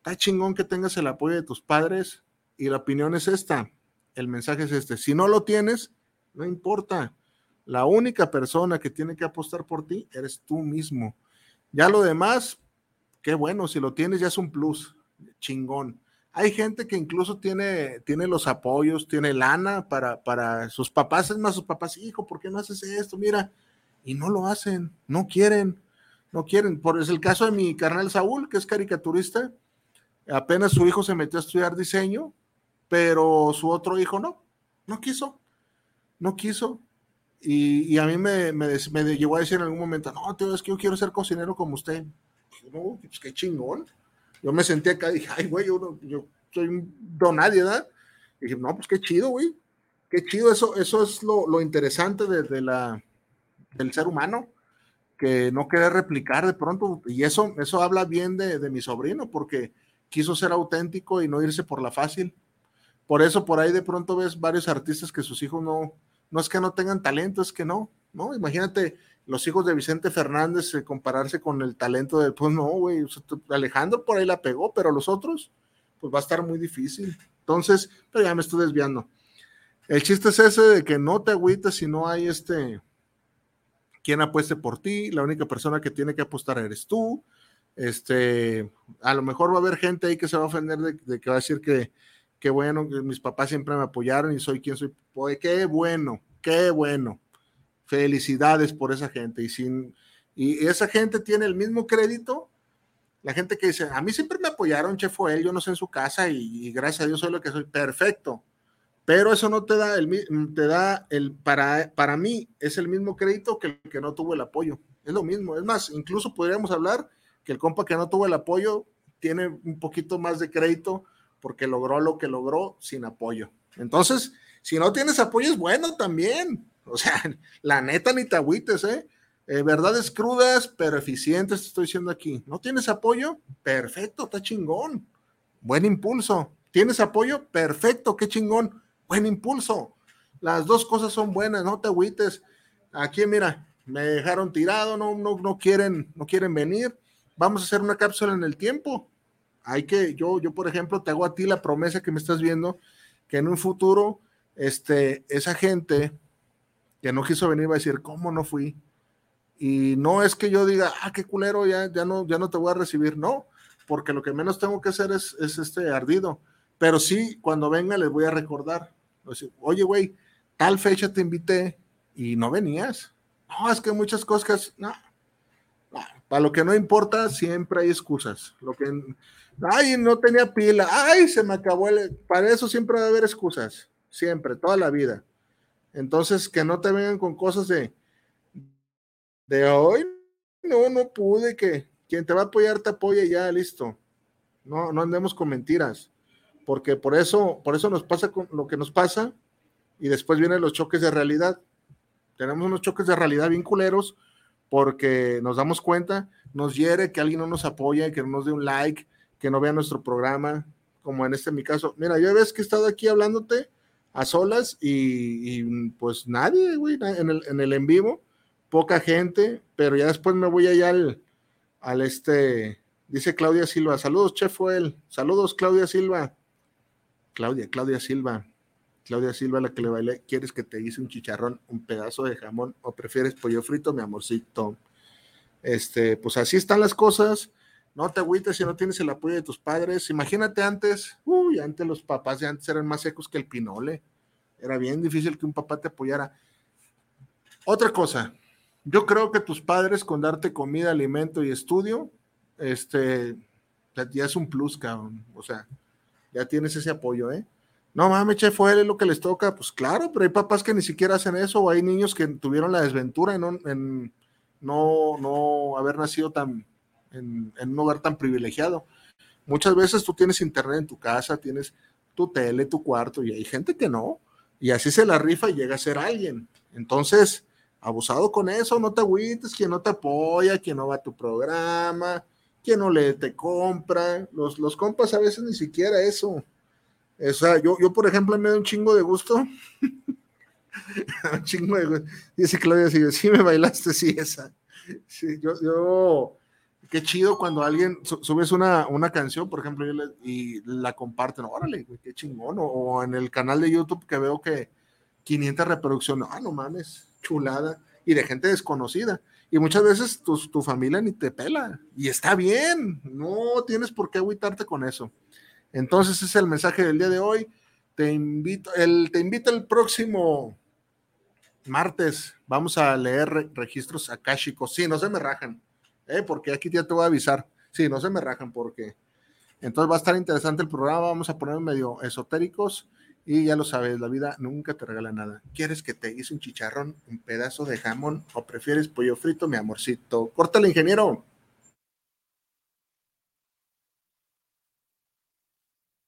está chingón que tengas el apoyo de tus padres y la opinión es esta, el mensaje es este, si no lo tienes, no importa, la única persona que tiene que apostar por ti eres tú mismo, ya lo demás, qué bueno, si lo tienes ya es un plus, chingón. Hay gente que incluso tiene, tiene los apoyos, tiene lana para, para sus papás, es más, sus papás, hijo, ¿por qué no haces esto? Mira, y no lo hacen, no quieren, no quieren. Por es el caso de mi carnal Saúl, que es caricaturista, apenas su hijo se metió a estudiar diseño, pero su otro hijo no, no quiso, no quiso. Y, y a mí me, me, me llegó a decir en algún momento, no, tío, es que yo quiero ser cocinero como usted. No, pues qué chingón. Yo me senté acá y dije, ay, güey, yo, yo soy un don nadie, ¿verdad? Y dije, no, pues qué chido, güey. Qué chido, eso, eso es lo, lo interesante de, de la, del ser humano, que no querer replicar de pronto. Y eso, eso habla bien de, de mi sobrino, porque quiso ser auténtico y no irse por la fácil. Por eso, por ahí de pronto ves varios artistas que sus hijos no, no es que no tengan talento, es que no, ¿no? Imagínate los hijos de Vicente Fernández, eh, compararse con el talento de, pues no, güey, Alejandro por ahí la pegó, pero los otros, pues va a estar muy difícil. Entonces, pero ya me estoy desviando. El chiste es ese de que no te agüites si no hay este, quien apueste por ti, la única persona que tiene que apostar eres tú. Este, a lo mejor va a haber gente ahí que se va a ofender de, de que va a decir que, que bueno, que mis papás siempre me apoyaron y soy quien soy. Pues, qué bueno, qué bueno. Felicidades por esa gente, y, sin, y esa gente tiene el mismo crédito, la gente que dice, a mí siempre me apoyaron, Chef Joel, yo no sé en su casa, y, y gracias a Dios soy lo que soy, perfecto, pero eso no te da, el, te da el, para, para mí, es el mismo crédito que el que no tuvo el apoyo, es lo mismo, es más, incluso podríamos hablar que el compa que no tuvo el apoyo, tiene un poquito más de crédito, porque logró lo que logró sin apoyo. Entonces, si no tienes apoyo es bueno también. O sea, la neta ni te agüites, ¿eh? eh, verdades crudas, pero eficientes, te estoy diciendo aquí. ¿No tienes apoyo? Perfecto, está chingón. Buen impulso. ¿Tienes apoyo? Perfecto, qué chingón. Buen impulso. Las dos cosas son buenas, no te agüites. Aquí, mira, me dejaron tirado, no, no, no quieren, no quieren venir. Vamos a hacer una cápsula en el tiempo. Hay que, yo, yo, por ejemplo, te hago a ti la promesa que me estás viendo, que en un futuro, este, esa gente que no quiso venir va a decir, ¿cómo no fui? Y no es que yo diga, ah, qué culero, ya, ya, no, ya no te voy a recibir, no, porque lo que menos tengo que hacer es, es este ardido, pero sí, cuando venga les voy a recordar, decir, oye, güey, tal fecha te invité y no venías, no, es que muchas cosas, no, no, para lo que no importa, siempre hay excusas, lo que, ay, no tenía pila, ay, se me acabó, el, para eso siempre va a haber excusas, siempre, toda la vida. Entonces, que no te vengan con cosas de, de hoy, no, no pude, que quien te va a apoyar te apoya y ya, listo. No, no andemos con mentiras, porque por eso, por eso nos pasa con lo que nos pasa, y después vienen los choques de realidad. Tenemos unos choques de realidad bien culeros, porque nos damos cuenta, nos hiere que alguien no nos apoya, que no nos dé un like, que no vea nuestro programa, como en este mi caso. Mira, ya ves que he estado aquí hablándote a solas y, y pues nadie, güey, en el, en el en vivo, poca gente, pero ya después me voy allá al, al este, dice Claudia Silva, saludos, Chef Joel, saludos, Claudia Silva, Claudia, Claudia Silva, Claudia Silva, la que le bailé, ¿quieres que te hice un chicharrón, un pedazo de jamón, o prefieres pollo frito, mi amorcito? Este, pues así están las cosas, no te agüites si no tienes el apoyo de tus padres. Imagínate antes, uy, antes los papás de antes eran más secos que el pinole. Era bien difícil que un papá te apoyara. Otra cosa, yo creo que tus padres con darte comida, alimento y estudio, este, ya es un plus, cabrón. O sea, ya tienes ese apoyo, ¿eh? No mames, Chef, fue lo que les toca. Pues claro, pero hay papás que ni siquiera hacen eso, o hay niños que tuvieron la desventura en, un, en no, no haber nacido tan En, en un hogar tan privilegiado. Muchas veces tú tienes internet en tu casa, tienes tu tele, tu cuarto, y hay gente que no, y así se la rifa y llega a ser alguien. Entonces, abusado con eso, no te agüites, quien no te apoya, quien no va a tu programa, quien no le te compra, los, los compas a veces ni siquiera eso. O sea, yo, yo por ejemplo me da un chingo de gusto, un chingo de gusto, dice Claudia, sí, sí me bailaste, sí, esa, sí, yo, yo qué chido cuando alguien su, subes una, una canción, por ejemplo, le, y la comparten, órale, güey, qué chingón, o, o en el canal de YouTube que veo que quinientas reproducciones, ah, no mames, chulada, y de gente desconocida, y muchas veces tu, tu familia ni te pela, y está bien, no tienes por qué agüitarte con eso. Entonces ese es el mensaje del día de hoy. Te invito, el, te invito el próximo martes, vamos a leer re, registros akáshicos, sí, no se me rajan, eh, porque aquí ya te voy a avisar, sí, no se me rajan, porque entonces va a estar interesante el programa, vamos a poner medio esotéricos, y ya lo sabes, la vida nunca te regala nada. ¿Quieres que te hice un chicharrón, un pedazo de jamón, o prefieres pollo frito, mi amorcito? Córtale, ingeniero.